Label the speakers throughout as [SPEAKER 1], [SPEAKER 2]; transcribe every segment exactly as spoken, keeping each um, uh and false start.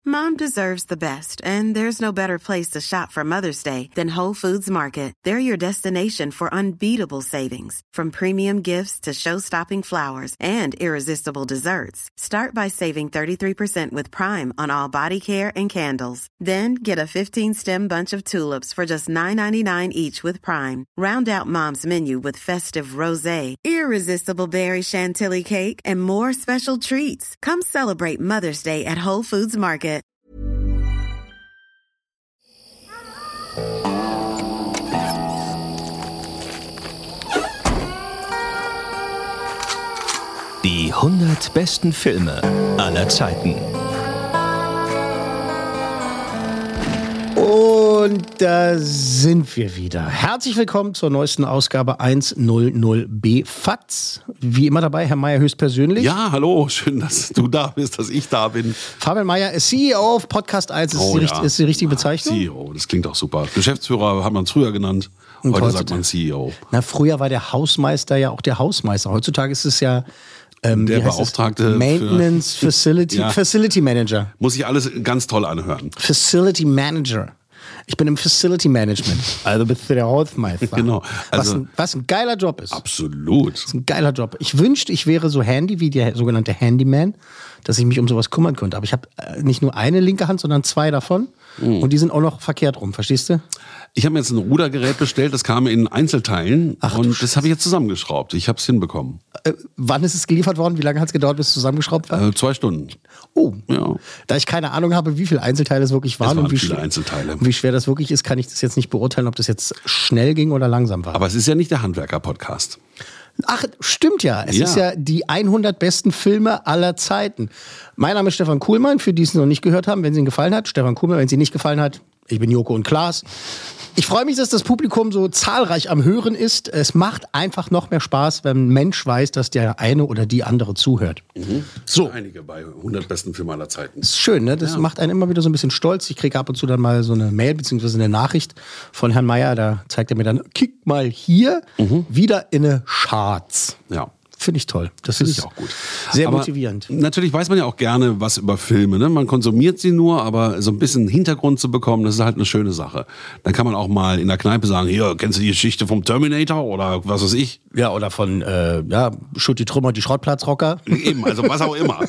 [SPEAKER 1] Mom deserves the best, and there's no better place to shop for Mother's Day than Whole Foods Market. They're your destination for unbeatable savings, from premium gifts to show-stopping flowers and irresistible desserts. Start by saving thirty-three percent with Prime on all body care and candles. Then get a fifteen-stem bunch of tulips for just nine ninety-nine each with Prime. Round out Mom's menu with festive rosé, irresistible berry chantilly cake, and more special treats. Come celebrate Mother's Day at Whole Foods Market.
[SPEAKER 2] Die hundert besten Filme aller Zeiten.
[SPEAKER 3] Und da sind wir wieder. Herzlich willkommen zur neuesten Ausgabe hundert B F A Z. Wie immer dabei, Herr Meier höchstpersönlich.
[SPEAKER 4] Ja, hallo, schön, dass du da bist, dass ich da bin.
[SPEAKER 3] Fabian Meier ist C E O auf Podcast eins. Ist,
[SPEAKER 4] oh,
[SPEAKER 3] die,
[SPEAKER 4] ja.
[SPEAKER 3] ist die richtige Bezeichnung?
[SPEAKER 4] C E O, das klingt auch super. Geschäftsführer hat man es früher genannt.
[SPEAKER 3] Und
[SPEAKER 4] heute
[SPEAKER 3] heute
[SPEAKER 4] sagt man C E O.
[SPEAKER 3] Na, früher war der Hausmeister ja auch der Hausmeister. Heutzutage ist es ja ähm,
[SPEAKER 4] der Beauftragte.
[SPEAKER 3] Maintenance
[SPEAKER 4] für,
[SPEAKER 3] Facility,
[SPEAKER 4] ja.
[SPEAKER 3] Facility Manager.
[SPEAKER 4] Muss ich alles ganz toll anhören.
[SPEAKER 3] Facility Manager. Ich bin im Facility Management. Also bist du der Hausmeister.
[SPEAKER 4] Genau. Also,
[SPEAKER 3] was, ein, was ein geiler Job ist.
[SPEAKER 4] Absolut.
[SPEAKER 3] Das ist ein geiler Job. Ich wünschte, ich wäre so handy wie der sogenannte Handyman, dass ich mich um sowas kümmern könnte. Aber ich habe nicht nur eine linke Hand, sondern zwei davon. Mhm. Und die sind auch noch verkehrt rum, verstehst du?
[SPEAKER 4] Ich habe mir jetzt ein Rudergerät bestellt, das kam in Einzelteilen.
[SPEAKER 3] Ach,
[SPEAKER 4] und das habe ich jetzt zusammengeschraubt. Ich habe es hinbekommen.
[SPEAKER 3] Äh, wann ist es geliefert worden? Wie lange hat es gedauert, bis es zusammengeschraubt war?
[SPEAKER 4] Äh, zwei Stunden.
[SPEAKER 3] Oh,
[SPEAKER 4] ja.
[SPEAKER 3] Da ich keine Ahnung habe, wie viele Einzelteile es wirklich waren,
[SPEAKER 4] es waren
[SPEAKER 3] und wie,
[SPEAKER 4] viele
[SPEAKER 3] schwer,
[SPEAKER 4] Einzelteile.
[SPEAKER 3] wie schwer das wirklich ist, kann ich das jetzt nicht beurteilen, ob das jetzt schnell ging oder langsam war.
[SPEAKER 4] Aber es ist ja nicht der Handwerker-Podcast.
[SPEAKER 3] Ach, stimmt ja. Es
[SPEAKER 4] ja.
[SPEAKER 3] ist ja die hundert besten Filme aller Zeiten. Mein Name ist Stefan Kuhlmann, für die es noch nicht gehört haben, wenn es Ihnen gefallen hat. Stefan Kuhlmann, wenn es Ihnen nicht gefallen hat, ich bin Joko und Klaas. Ich freue mich, dass das Publikum so zahlreich am Hören ist. Es macht einfach noch mehr Spaß, wenn ein Mensch weiß, dass der eine oder die andere zuhört.
[SPEAKER 4] Mhm. So. Einige bei hundert besten Filme aller Zeiten.
[SPEAKER 3] Das ist schön, ne? Das ja. macht einen immer wieder so ein bisschen stolz. Ich kriege ab und zu dann mal so eine Mail bzw. eine Nachricht von Herrn Meier. Da zeigt er mir dann, kick mal hier mhm. wieder in eine Charts.
[SPEAKER 4] Ja.
[SPEAKER 3] Finde ich toll. Das
[SPEAKER 4] Finde
[SPEAKER 3] ist
[SPEAKER 4] ich auch gut.
[SPEAKER 3] Sehr
[SPEAKER 4] aber
[SPEAKER 3] motivierend.
[SPEAKER 4] Natürlich weiß man ja auch gerne was über Filme. Ne? Man konsumiert sie nur, aber so ein bisschen Hintergrund zu bekommen, das ist halt eine schöne Sache. Dann kann man auch mal in der Kneipe sagen, hier, kennst du die Geschichte vom Terminator oder was weiß ich?
[SPEAKER 3] Ja, oder von, äh, ja, Schutt die Trümmer, die Schrottplatzrocker.
[SPEAKER 4] Eben, also was auch immer.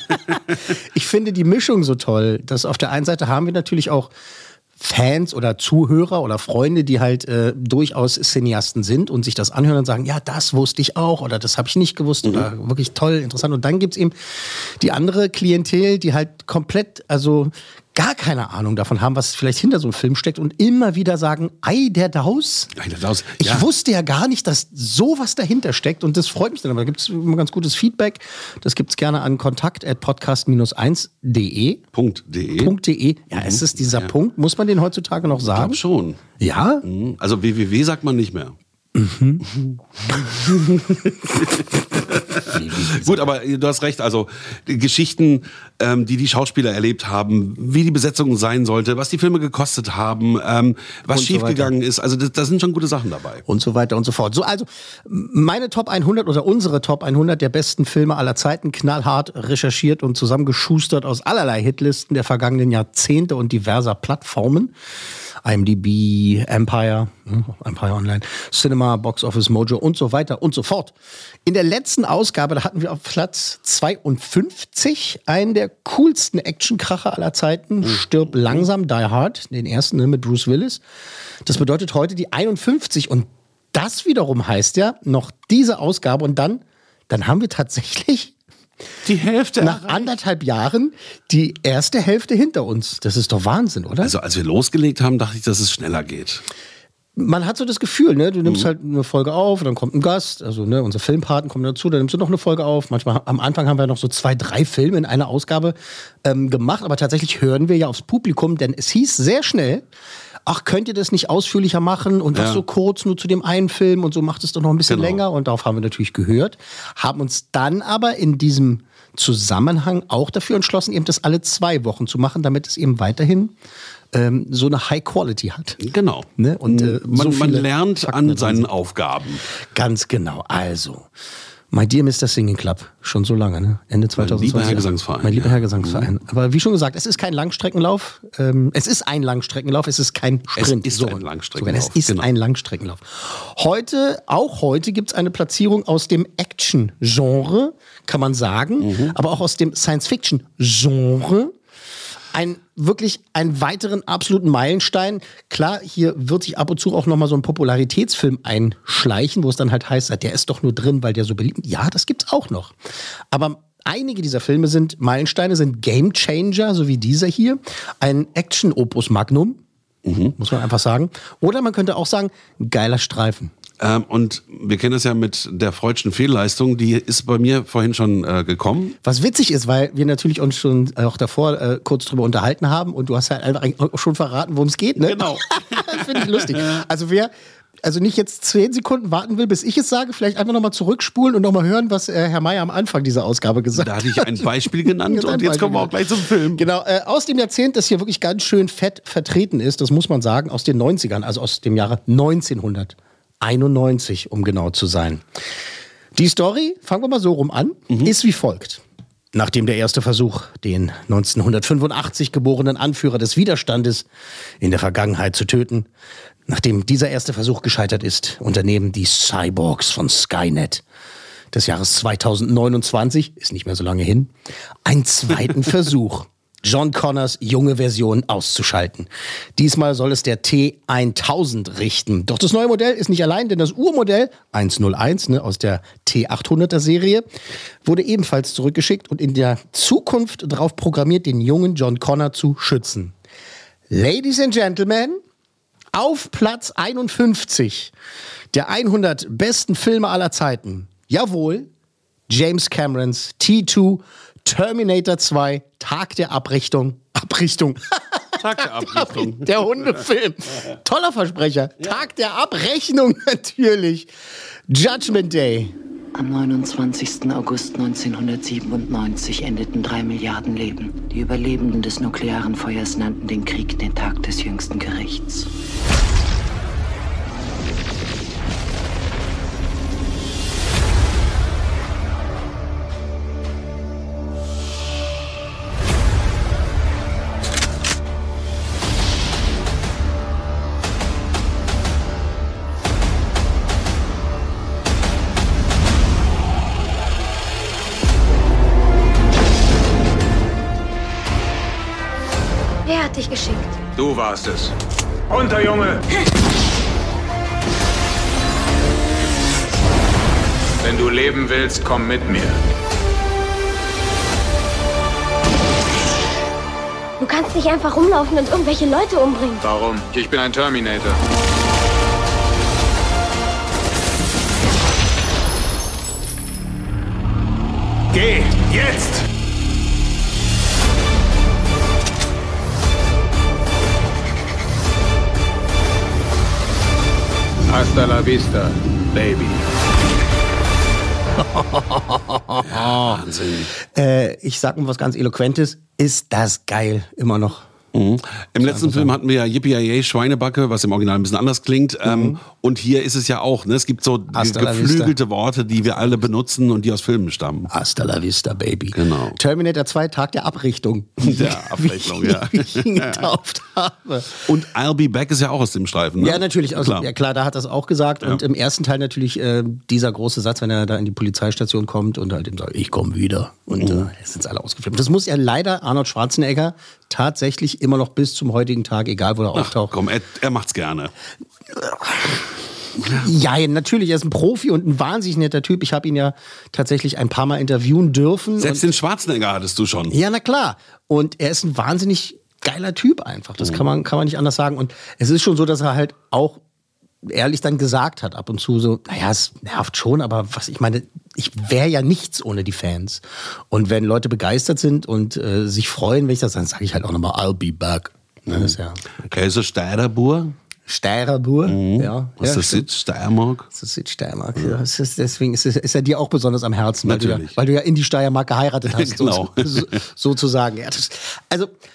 [SPEAKER 3] Ich finde die Mischung so toll, dass auf der einen Seite haben wir natürlich auch Fans oder Zuhörer oder Freunde, die halt äh, durchaus Cineasten sind und sich das anhören und sagen, ja, das wusste ich auch oder das habe ich nicht gewusst mhm. oder wirklich toll, interessant. Und dann gibt's eben die andere Klientel, die halt komplett, also gar keine Ahnung davon haben, was vielleicht hinter so einem Film steckt und immer wieder sagen, ei, der Daus.
[SPEAKER 4] Ei, der Daus.
[SPEAKER 3] Ich
[SPEAKER 4] ja.
[SPEAKER 3] wusste ja gar nicht, dass sowas dahinter steckt und das freut mich dann. Aber da gibt es immer ganz gutes Feedback. Das gibt es gerne an kontakt at podcast eins punkt de.
[SPEAKER 4] Punkt de.
[SPEAKER 3] Punkt de. Ja, mhm. ist es dieser ja. Punkt? Muss man den heutzutage noch sagen?
[SPEAKER 4] Ich glaube schon.
[SPEAKER 3] Ja?
[SPEAKER 4] Also www sagt man nicht mehr. Mhm. Gut, aber du hast recht, also die Geschichten, ähm, die die Schauspieler erlebt haben, wie die Besetzung sein sollte, was die Filme gekostet haben, ähm, was schiefgegangen so ist, also da sind schon gute Sachen dabei.
[SPEAKER 3] Und so weiter und so fort. So, also meine Top hundert oder unsere Top hundert der besten Filme aller Zeiten, knallhart recherchiert und zusammengeschustert aus allerlei Hitlisten der vergangenen Jahrzehnte und diverser Plattformen. I M D B, Empire, Empire Online, Cinema, Box Office Mojo und so weiter und so fort. In der letzten Ausgabe, da hatten wir auf Platz zweiundfünfzig einen der coolsten Actionkracher aller Zeiten, Stirb langsam, Die Hard, den ersten ne, mit Bruce Willis. Das bedeutet heute die einundfünfzig und das wiederum heißt ja noch diese Ausgabe und dann, dann haben wir tatsächlich
[SPEAKER 4] die Hälfte
[SPEAKER 3] nach erreicht. anderthalb Jahren die erste Hälfte hinter uns. Das ist doch Wahnsinn, oder?
[SPEAKER 4] Also als wir losgelegt haben, dachte ich, dass es schneller geht.
[SPEAKER 3] Man hat so das Gefühl, ne? Du nimmst
[SPEAKER 4] mhm.
[SPEAKER 3] halt eine Folge auf, dann kommt ein Gast, also ne, unsere Filmpaten kommen dazu, dann nimmst du noch eine Folge auf. Manchmal am Anfang haben wir noch so zwei, drei Filme in einer Ausgabe ähm, gemacht, aber tatsächlich hören wir ja aufs Publikum, denn es hieß sehr schnell, ach, könnt ihr das nicht ausführlicher machen und was ja. so kurz nur zu dem einen Film und so macht es doch noch ein bisschen genau. länger und darauf haben wir natürlich gehört, haben uns dann aber in diesem Zusammenhang auch dafür entschlossen, eben das alle zwei Wochen zu machen, damit es eben weiterhin ähm, so eine High Quality hat.
[SPEAKER 4] Genau.
[SPEAKER 3] Ne? Und, äh,
[SPEAKER 4] man,
[SPEAKER 3] so
[SPEAKER 4] man lernt
[SPEAKER 3] Fakten
[SPEAKER 4] an seinen Aufgaben.
[SPEAKER 3] Ganz genau. Also, My Dear Mister Singing Club, schon so lange, ne? Ende zwanzig zwanzig.
[SPEAKER 4] Mein lieber Herr Gesangsverein.
[SPEAKER 3] Mein lieber
[SPEAKER 4] ja.
[SPEAKER 3] Herr Gesangsverein. Mhm. Aber wie schon gesagt, es ist kein Langstreckenlauf. Ähm, es ist ein Langstreckenlauf, es ist kein Sprint.
[SPEAKER 4] Es ist
[SPEAKER 3] so,
[SPEAKER 4] ein Langstreckenlauf.
[SPEAKER 3] So, es ist genau. ein Langstreckenlauf. Heute, auch heute gibt es eine Platzierung aus dem Action-Genre, kann man sagen, mhm. aber auch aus dem Science-Fiction-Genre. Ein wirklich einen weiteren absoluten Meilenstein. Klar, hier wird sich ab und zu auch nochmal so ein Popularitätsfilm einschleichen, wo es dann halt heißt, der ist doch nur drin, weil der so beliebt ist. Ja, das gibt's auch noch. Aber einige dieser Filme sind Meilensteine, sind Gamechanger, so wie dieser hier. Ein Action-Opus Magnum, mhm. muss man einfach sagen. Oder man könnte auch sagen, ein geiler Streifen.
[SPEAKER 4] Ähm, und wir kennen das ja mit der Freudschen Fehlleistung, die ist bei mir vorhin schon äh, gekommen.
[SPEAKER 3] Was witzig ist, weil wir natürlich uns schon auch davor äh, kurz drüber unterhalten haben und du hast ja einfach auch schon verraten, worum es geht, ne?
[SPEAKER 4] Genau.
[SPEAKER 3] Das finde ich lustig. Also wer also nicht jetzt zehn Sekunden warten will, bis ich es sage, vielleicht einfach nochmal zurückspulen und nochmal hören, was äh, Herr Mayer am Anfang dieser Ausgabe gesagt hat.
[SPEAKER 4] Da hatte ich ein Beispiel genannt und jetzt kommen wir auch gleich zum Film.
[SPEAKER 3] Genau, äh, aus dem Jahrzehnt, das hier wirklich ganz schön fett vertreten ist, das muss man sagen, aus den neunzigern, also aus dem Jahre neunzehnhunderteinundneunzig, um genau zu sein. Die Story, fangen wir mal so rum an, mhm. ist wie folgt. Nachdem der erste Versuch, den neunzehnhundertfünfundachtzig geborenen Anführer des Widerstandes in der Vergangenheit zu töten, nachdem dieser erste Versuch gescheitert ist, unternehmen die Cyborgs von Skynet des Jahres zweitausendneunundzwanzig, ist nicht mehr so lange hin, einen zweiten Versuch, John Connors junge Version auszuschalten. Diesmal soll es der T tausend richten. Doch das neue Modell ist nicht allein, denn das Urmodell hunderteins, ne, aus der T achthunderter Serie, wurde ebenfalls zurückgeschickt und in der Zukunft darauf programmiert, den jungen John Connor zu schützen. Ladies and Gentlemen, auf Platz einundfünfzig der hundert besten Filme aller Zeiten. Jawohl, James Camerons T zwei, Terminator zwei, Tag der Abrichtung. Abrichtung.
[SPEAKER 4] Tag der Abrichtung.
[SPEAKER 3] Der Hundefilm. Toller Versprecher. Ja. Tag der Abrechnung natürlich. Judgment Day.
[SPEAKER 5] Am neunundzwanzigsten August neunzehnhundertsiebenundneunzig endeten drei Milliarden Leben. Die Überlebenden des nuklearen Feuers nannten den Krieg den Tag des jüngsten Gerichts.
[SPEAKER 6] Wer hat dich geschickt?
[SPEAKER 7] Du warst es. Runter, Junge! Wenn du leben willst, komm mit mir.
[SPEAKER 6] Du kannst nicht einfach rumlaufen und irgendwelche Leute umbringen.
[SPEAKER 7] Warum? Ich bin ein Terminator. Geh, jetzt! Hasta la vista, Baby.
[SPEAKER 4] Wahnsinn.
[SPEAKER 3] Äh, ich sag mal was ganz Eloquentes. Ist das geil, immer noch.
[SPEAKER 4] Mhm. Im letzten Film hatten wir ja Yippie-Yay, Schweinebacke, was im Original ein bisschen anders klingt. Mhm. Ähm, und hier ist es ja auch, ne? Es gibt so
[SPEAKER 3] Hasta
[SPEAKER 4] geflügelte Worte, die wir alle benutzen und die aus Filmen stammen.
[SPEAKER 3] Hasta la vista, Baby.
[SPEAKER 4] Genau.
[SPEAKER 3] Terminator zwei, Tag der Abrichtung.
[SPEAKER 4] Der Abrechnung, ja.
[SPEAKER 3] Wie ich ihn getauft habe.
[SPEAKER 4] Und I'll Be Back ist ja auch aus dem Streifen, ne?
[SPEAKER 3] Ja, natürlich. Also, klar. Ja, klar, da hat er es auch gesagt. Ja. Und im ersten Teil natürlich äh, dieser große Satz, wenn er da in die Polizeistation kommt und halt ihm sagt, ich komme wieder. Und mhm. äh, sind alle ausgeflippt. Das muss ja leider Arnold Schwarzenegger tatsächlich immer noch bis zum heutigen Tag, egal wo er
[SPEAKER 4] Ach,
[SPEAKER 3] auftaucht.
[SPEAKER 4] Komm, er, er macht's gerne.
[SPEAKER 3] Ja, natürlich, er ist ein Profi und ein wahnsinnig netter Typ. Ich habe ihn ja tatsächlich ein paar Mal interviewen dürfen.
[SPEAKER 4] Selbst den Schwarzenegger hattest du schon.
[SPEAKER 3] Ja, na klar. Und er ist ein wahnsinnig geiler Typ einfach. Das mhm. kann man, kann man nicht anders sagen. Und es ist schon so, dass er halt auch ehrlich dann gesagt hat ab und zu so, naja, es nervt schon, aber was ich meine, ich wäre ja nichts ohne die Fans. Und wenn Leute begeistert sind und äh, sich freuen, wenn ich das, dann sage ich halt auch nochmal, I'll be back. Mhm. Das ist ja
[SPEAKER 4] okay. Okay, so Steirerbur?
[SPEAKER 3] Steirerbur,
[SPEAKER 4] mhm.
[SPEAKER 3] ja.
[SPEAKER 4] Was
[SPEAKER 3] ja,
[SPEAKER 4] ist das jetzt? Steiermark?
[SPEAKER 3] Das ist jetzt Steiermark, ja. Das ist, deswegen ist, es, ist er dir auch besonders am Herzen, weil du, ja,
[SPEAKER 4] Natürlich.
[SPEAKER 3] weil du ja in die Steiermark geheiratet hast,
[SPEAKER 4] genau.
[SPEAKER 3] so, so, sozusagen. Ja, das, also,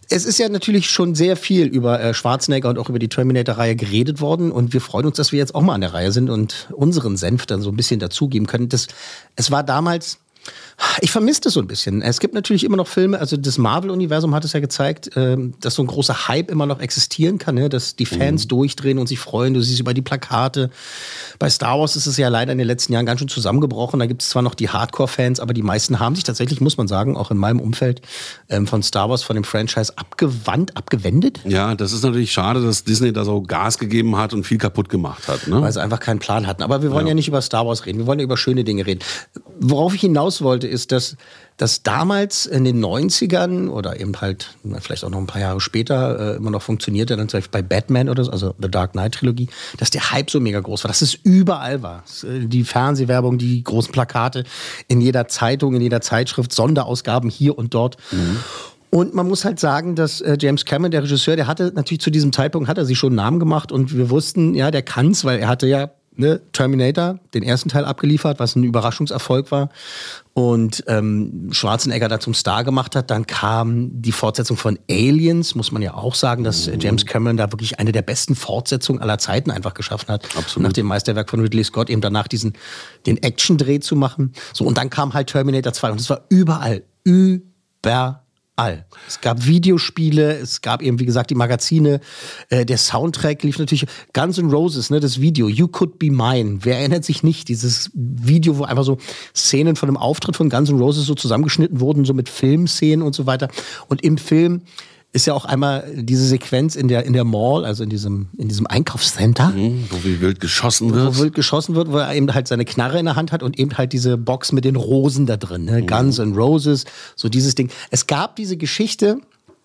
[SPEAKER 3] Es ist ja natürlich schon sehr viel über äh, Schwarzenegger und auch über die Terminator-Reihe geredet worden und wir freuen uns, dass wir jetzt auch mal an der Reihe sind und unseren Senf dann so ein bisschen dazugeben können. Das, es war damals, ich vermisse das so ein bisschen. Es gibt natürlich immer noch Filme, also das Marvel-Universum hat es ja gezeigt, ähm, dass so ein großer Hype immer noch existieren kann, ne? Dass die Fans mhm. durchdrehen und sich freuen, du siehst über die Plakate. Bei Star Wars ist es ja leider in den letzten Jahren ganz schön zusammengebrochen. Da gibt es zwar noch die Hardcore-Fans, aber die meisten haben sich tatsächlich, muss man sagen, auch in meinem Umfeld ähm, von Star Wars, von dem Franchise abgewandt, abgewendet.
[SPEAKER 4] Ja, das ist natürlich schade, dass Disney da so Gas gegeben hat und viel kaputt gemacht hat. Ne?
[SPEAKER 3] Weil sie einfach keinen Plan hatten. Aber wir wollen ja. ja nicht über Star Wars reden, wir wollen ja über schöne Dinge reden. Worauf ich hinaus wollte, ist, dass, dass damals in den neunzigern oder eben halt vielleicht auch noch ein paar Jahre später äh, immer noch funktionierte, dann zum Beispiel bei Batman oder so, also The Dark Knight Trilogie, dass der Hype so mega groß war, dass es überall war. Die Fernsehwerbung, die großen Plakate in jeder Zeitung, in jeder Zeitschrift, Sonderausgaben hier und dort. Mhm. Und man muss halt sagen, dass äh, James Cameron, der Regisseur, der hatte natürlich zu diesem Zeitpunkt, hat er sich schon einen Namen gemacht und wir wussten, ja, der kann's, weil er hatte ja Ne, Terminator, den ersten Teil abgeliefert, was ein Überraschungserfolg war und ähm, Schwarzenegger da zum Star gemacht hat. Dann kam die Fortsetzung von Aliens, muss man ja auch sagen, dass mhm. James Cameron da wirklich eine der besten Fortsetzungen aller Zeiten einfach geschaffen hat. Absolut. Nach dem Meisterwerk von Ridley Scott eben danach diesen den Action-Dreh zu machen. So, und dann kam halt Terminator zwei und es war überall, überall. All. Es gab Videospiele, es gab eben, wie gesagt, die Magazine. Äh, der Soundtrack lief natürlich. Guns N' Roses, ne, das Video, You Could Be Mine. Wer erinnert sich nicht? Dieses Video, wo einfach so Szenen von einem Auftritt von Guns N' Roses so zusammengeschnitten wurden, so mit Filmszenen und so weiter. Und im Film ist ja auch einmal diese Sequenz in der, in der Mall, also in diesem, in diesem Einkaufscenter. Mhm,
[SPEAKER 4] wo wie wild geschossen wird.
[SPEAKER 3] Wo wild geschossen wird, wo er eben halt seine Knarre in der Hand hat und eben halt diese Box mit den Rosen da drin. Ne? Mhm. Guns N' Roses, so dieses Ding. Es gab diese Geschichte,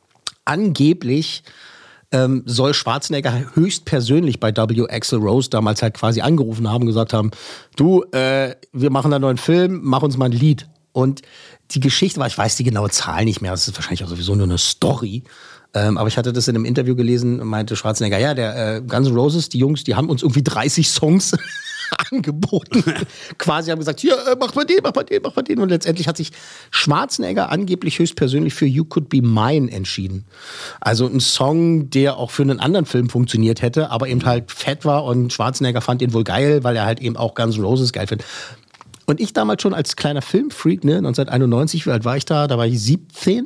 [SPEAKER 3] angeblich ähm, soll Schwarzenegger höchstpersönlich bei W. Axl Rose damals halt quasi angerufen haben und gesagt haben, du, äh, wir machen einen neuen Film, mach uns mal ein Lied. Und die Geschichte war, ich weiß die genaue Zahl nicht mehr, das ist wahrscheinlich auch sowieso nur eine Story. Ähm, aber ich hatte das in einem Interview gelesen, meinte Schwarzenegger, ja, der äh, Guns N' Roses, die Jungs, die haben uns irgendwie dreißig Songs angeboten. Quasi haben gesagt, hier, äh, mach mal den, mach mal den, mach mal den. Und letztendlich hat sich Schwarzenegger angeblich höchstpersönlich für You Could Be Mine entschieden. Also ein Song, der auch für einen anderen Film funktioniert hätte, aber eben halt fett war und Schwarzenegger fand ihn wohl geil, weil er halt eben auch Guns N' Roses geil findet. Und ich damals schon als kleiner Filmfreak, ne, neunzehnhunderteinundneunzig, wie alt war ich da? Da war ich siebzehn.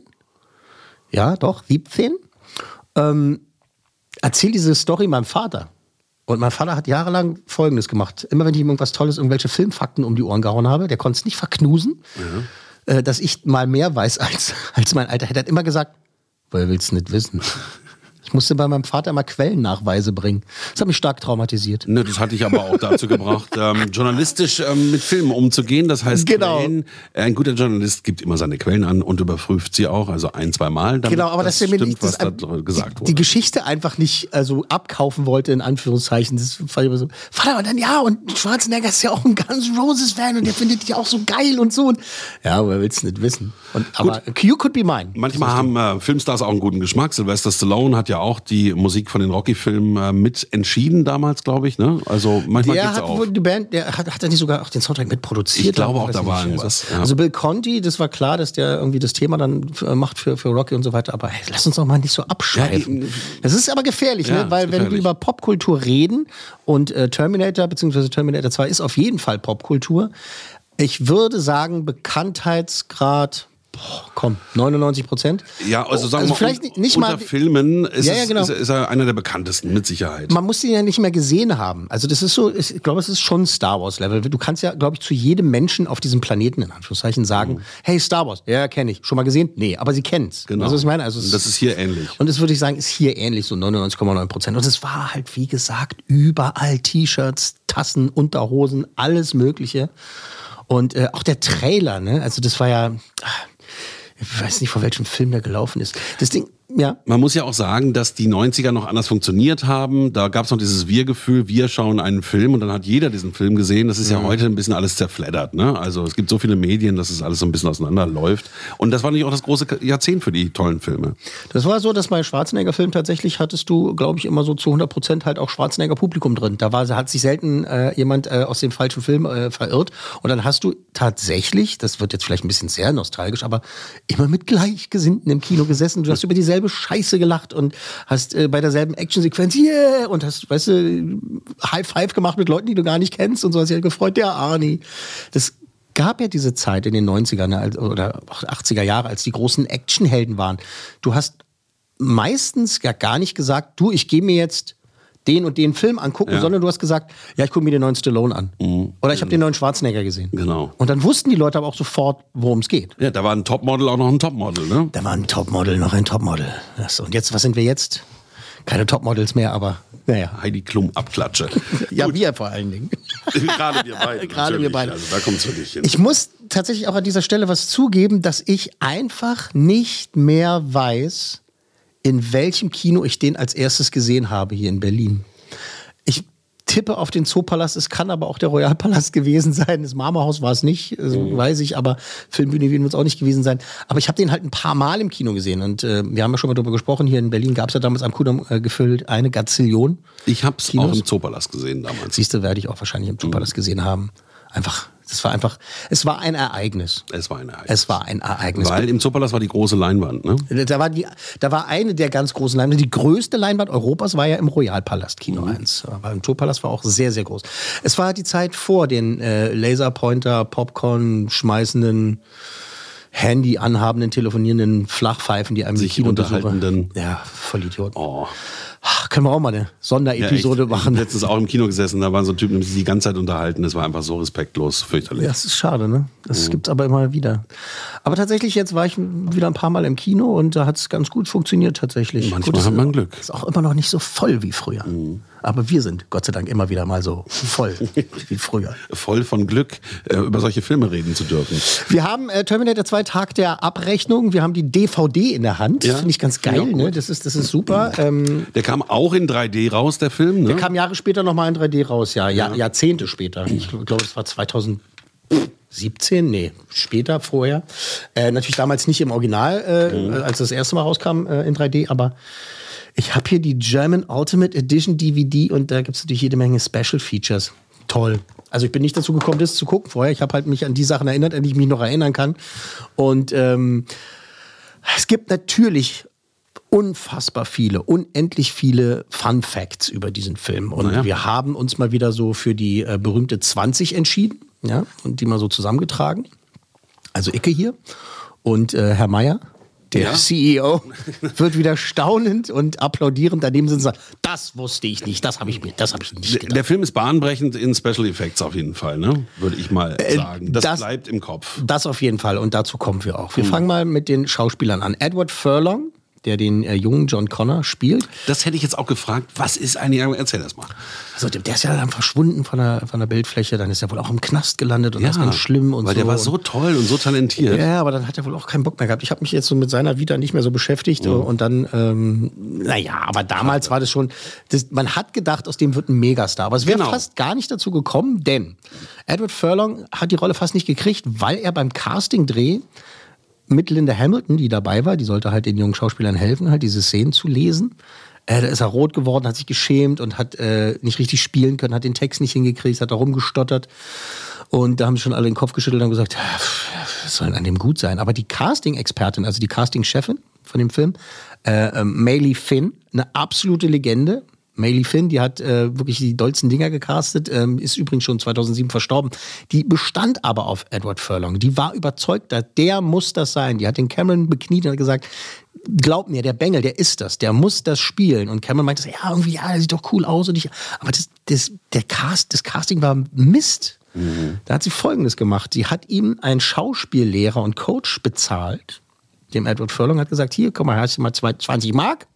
[SPEAKER 3] Ja, doch, siebzehn. Ähm, erzähl diese Story meinem Vater. Und mein Vater hat jahrelang Folgendes gemacht. Immer wenn ich ihm irgendwas Tolles, irgendwelche Filmfakten um die Ohren gehauen habe, der konnte es nicht verknusen, mhm. äh, dass ich mal mehr weiß als, als mein Alter. Er hat immer gesagt, woher willst du nicht wissen? Ich musste bei meinem Vater immer Quellennachweise bringen. Das hat mich stark traumatisiert.
[SPEAKER 4] Ne, das hatte ich aber auch dazu gebracht, ähm, journalistisch ähm, mit Filmen umzugehen. Das heißt,
[SPEAKER 3] genau.
[SPEAKER 4] Quellen, äh, ein guter Journalist gibt immer seine Quellen an und überprüft sie auch, also ein, zwei Mal.
[SPEAKER 3] Genau, aber
[SPEAKER 4] das
[SPEAKER 3] dass er mir
[SPEAKER 4] stimmt, was da gesagt
[SPEAKER 3] die,
[SPEAKER 4] wurde.
[SPEAKER 3] Die Geschichte einfach nicht also abkaufen wollte, in Anführungszeichen. Das fand ich immer so, Vater, und dann ja, und Schwarzenegger ist ja auch ein Guns N' Roses-Fan und der findet dich auch so geil und so. Und, ja, wer will's nicht wissen? Und, aber You Could Be Mine.
[SPEAKER 4] Manchmal haben äh, Filmstars auch einen guten Geschmack. Sylvester Stallone hat ja auch die Musik von den Rocky-Filmen äh, mit entschieden damals, glaube ich. Ne? Also manchmal
[SPEAKER 3] der
[SPEAKER 4] gibt's
[SPEAKER 3] hat
[SPEAKER 4] auch.
[SPEAKER 3] wohl die Band, der hat, hat er nicht sogar auch den Soundtrack mitproduziert?
[SPEAKER 4] Ich glaube auch,
[SPEAKER 3] da
[SPEAKER 4] da war irgendwas.
[SPEAKER 3] Also, ja. also Bill Conti, das war klar, dass der irgendwie das Thema dann äh, macht für, für Rocky und so weiter. Aber hey, lass uns doch mal nicht so abschweifen. Ja, das ist aber gefährlich, ja, ne? Weil wenn wir über Popkultur reden und äh, Terminator bzw. Terminator zwei ist auf jeden Fall Popkultur. Ich würde sagen, Bekanntheitsgrad... Boah, komm, neunundneunzig Prozent.
[SPEAKER 4] Ja, also sagen
[SPEAKER 3] also
[SPEAKER 4] wir mal,
[SPEAKER 3] vielleicht nicht, nicht
[SPEAKER 4] unter
[SPEAKER 3] mal
[SPEAKER 4] Filmen ist,
[SPEAKER 3] ja, ja, genau.
[SPEAKER 4] es, ist, ist er einer der bekanntesten, mit Sicherheit.
[SPEAKER 3] Man muss ihn ja nicht mehr gesehen haben. Also das ist so, ich glaube, es ist schon Star Wars-Level. Du kannst ja, glaube ich, zu jedem Menschen auf diesem Planeten, in Anführungszeichen, sagen, mhm. hey, Star Wars, ja, kenne ich. Schon mal gesehen? Nee, aber sie kennen's.
[SPEAKER 4] Genau.
[SPEAKER 3] Also, was ich meine? Also,
[SPEAKER 4] es, das ist hier ähnlich.
[SPEAKER 3] Und das würde ich sagen, ist hier ähnlich, so neunundneunzig Komma neun Prozent. Und es war halt, wie gesagt, überall T-Shirts, Tassen, Unterhosen, alles Mögliche. Und äh, auch der Trailer, ne? Also das war ja... Ich weiß nicht, von welchem Film der gelaufen ist. Das Ding, ja.
[SPEAKER 4] Man muss ja auch sagen, dass die neunziger noch anders funktioniert haben. Da gab es noch dieses Wir-Gefühl, wir schauen einen Film und dann hat jeder diesen Film gesehen. Das ist ja, ja heute ein bisschen alles zerfleddert. Ne? Also es gibt so viele Medien, dass es alles so ein bisschen auseinanderläuft. Und das war nicht auch das große Jahrzehnt für die tollen Filme.
[SPEAKER 3] Das war so, dass bei Schwarzenegger-Filmen tatsächlich hattest du, glaube ich, immer so zu hundert Prozent halt auch Schwarzenegger-Publikum drin. Da war, hat sich selten äh, jemand äh, aus dem falschen Film äh, verirrt. Und dann hast du tatsächlich, das wird jetzt vielleicht ein bisschen sehr nostalgisch, aber immer mit Gleichgesinnten im Kino gesessen. Du hast über dieselbe dieselbe Scheiße gelacht und hast äh, bei derselben Actionsequenz yeah und hast, weißt du, High Five gemacht mit Leuten, die du gar nicht kennst und so hast dich halt gefreut, der Arnie. Das gab ja diese Zeit in den neunzigern oder achtziger Jahre, als die großen Actionhelden waren. Du hast meistens ja gar nicht gesagt, du, ich gehe mir jetzt den und den Film angucken, ja. sondern du hast gesagt, ja, ich gucke mir den neuen Stallone an. Mhm. Oder ich habe den neuen Schwarzenegger gesehen.
[SPEAKER 4] Genau.
[SPEAKER 3] Und dann wussten die Leute aber auch sofort, worum es geht.
[SPEAKER 4] Ja, da war ein Topmodel auch noch ein Topmodel, ne?
[SPEAKER 3] Da war ein Topmodel noch ein Topmodel. Und jetzt, was sind wir jetzt? Keine Topmodels mehr, aber naja.
[SPEAKER 4] Heidi Klum Abklatsche.
[SPEAKER 3] Ja, Gut. wir vor allen Dingen.
[SPEAKER 4] Gerade wir beide.
[SPEAKER 3] Gerade wir beide.
[SPEAKER 4] Also da kommt's wirklich hin.
[SPEAKER 3] Ich muss tatsächlich auch an dieser Stelle was zugeben, dass ich einfach nicht mehr weiß, in welchem Kino ich den als erstes gesehen habe hier in Berlin. Ich tippe auf den Zoopalast, es kann aber auch der Royalpalast gewesen sein. Das Marmorhaus war es nicht, also mhm. weiß ich, aber Filmbühne Wien wird es auch nicht gewesen sein. Aber ich habe den halt ein paar Mal im Kino gesehen und äh, wir haben ja schon mal darüber gesprochen, hier in Berlin gab es ja damals am Kudamm äh, gefüllt eine Gazillion.
[SPEAKER 4] Ich habe es auch im Zoopalast gesehen damals.
[SPEAKER 3] Siehst du, werde ich auch wahrscheinlich im Zoopalast mhm. gesehen haben. Einfach, das war einfach, es war ein Ereignis.
[SPEAKER 4] Es war ein Ereignis.
[SPEAKER 3] Es war ein Ereignis.
[SPEAKER 4] Weil im Zoopalast war die große Leinwand, ne?
[SPEAKER 3] Da war, die, da war eine der ganz großen Leinwände. Die größte Leinwand Europas war ja im Royalpalast, Kino mhm. eins. Aber im Zoopalast war auch sehr, sehr groß. Es war die Zeit vor den äh, Laserpointer, Popcorn schmeißenden, Handy anhabenden, telefonierenden Flachpfeifen, die einem
[SPEAKER 4] sich unterhaltenden.
[SPEAKER 3] Ja, voll Idioten.
[SPEAKER 4] Oh.
[SPEAKER 3] Ach, können wir auch mal eine Sonderepisode
[SPEAKER 4] ja,
[SPEAKER 3] machen.
[SPEAKER 4] Ich habe letztens auch im Kino gesessen, da waren so Typen, die sich die ganze Zeit unterhalten. Das war einfach so respektlos, fürchterlich.
[SPEAKER 3] Ja, das ist schade, ne? Das mhm. gibt's aber immer wieder. Aber tatsächlich, jetzt war ich wieder ein paar Mal im Kino und da hat es ganz gut funktioniert tatsächlich.
[SPEAKER 4] Manchmal
[SPEAKER 3] gut,
[SPEAKER 4] hat man Glück.
[SPEAKER 3] Ist auch immer noch nicht so voll wie früher. Mhm. Aber wir sind Gott sei Dank immer wieder mal so voll wie früher.
[SPEAKER 4] Voll von Glück, äh, über solche Filme reden zu dürfen.
[SPEAKER 3] Wir haben äh, Terminator zwei Tag der Abrechnung. Wir haben die D V D in der Hand.
[SPEAKER 4] Ja,
[SPEAKER 3] finde ich ganz geil. Ne? Das ist, das ist super. Ähm,
[SPEAKER 4] der kam auch in drei D raus, der Film. Ne?
[SPEAKER 3] Der kam Jahre später nochmal in drei D raus, ja. ja. Jahrzehnte später. Ich glaube, es war zweitausendsiebzehn, nee, später, vorher. Äh, natürlich damals nicht im Original, äh, mhm. als das erste Mal rauskam äh, in drei D, aber ich habe hier die German Ultimate Edition D V D und da gibt es natürlich jede Menge Special Features. Toll. Also ich bin nicht dazu gekommen, das zu gucken vorher. Ich habe halt mich an die Sachen erinnert, an die ich mich noch erinnern kann. Und ähm, es gibt natürlich unfassbar viele, unendlich viele Fun Facts über diesen Film. Und naja. wir haben uns mal wieder so für die äh, berühmte zwanzig entschieden, ja, und die mal so zusammengetragen. Also Icke hier und äh, Herr Meier. Der ja. C E O wird wieder staunend und applaudierend daneben sind und sagt, das wusste ich nicht, das habe ich mir, das habe ich nicht gedacht.
[SPEAKER 4] Der Film ist bahnbrechend in Special Effects auf jeden Fall, ne? Würde ich mal sagen. Das, das bleibt im Kopf.
[SPEAKER 3] Das auf jeden Fall und dazu kommen wir auch. Wir mhm. fangen mal mit den Schauspielern an. Edward Furlong, der den äh, jungen John Connor spielt.
[SPEAKER 4] Das hätte ich jetzt auch gefragt. Was ist eigentlich? Erzähl das mal.
[SPEAKER 3] Also der, der ist ja dann verschwunden von der, von der Bildfläche. Dann ist er wohl auch im Knast gelandet und ja, das ist ganz schlimm. Und
[SPEAKER 4] weil
[SPEAKER 3] so.
[SPEAKER 4] der war so toll und so talentiert.
[SPEAKER 3] Ja, aber dann hat er wohl auch keinen Bock mehr gehabt. Ich habe mich jetzt so mit seiner Vita nicht mehr so beschäftigt. Mhm. Und dann, ähm, naja, aber damals war das schon, das, man hat gedacht, aus dem wird ein Megastar. Aber es wäre genau. fast gar nicht dazu gekommen, denn Edward Furlong hat die Rolle fast nicht gekriegt, weil er beim Casting-Dreh mit Linda Hamilton, die dabei war, die sollte halt den jungen Schauspielern helfen, halt diese Szenen zu lesen. Äh, da ist er rot geworden, hat sich geschämt und hat äh, nicht richtig spielen können, hat den Text nicht hingekriegt, hat da rumgestottert. Und da haben schon alle den Kopf geschüttelt und gesagt, was soll denn an dem gut sein? Aber die Casting-Expertin, also die Casting-Chefin von dem Film, äh, äh, Maylie Finn, eine absolute Legende. Maylie Finn, die hat äh, wirklich die dollsten Dinger gecastet, ähm, ist übrigens schon zweitausendsieben verstorben. Die bestand aber auf Edward Furlong. Die war überzeugt, der muss das sein. Die hat den Cameron bekniet und hat gesagt, glaub mir, der Bengel, der ist das, der muss das spielen. Und Cameron meinte, ja, irgendwie, ja, der sieht doch cool aus. Und ich, aber das, das, der Cast, das Casting war Mist. Mhm. Da hat sie Folgendes gemacht. Sie hat ihm einen Schauspiellehrer und Coach bezahlt. Dem Edward Furlong hat gesagt, hier, komm mal, hast du mal zwanzig Mark?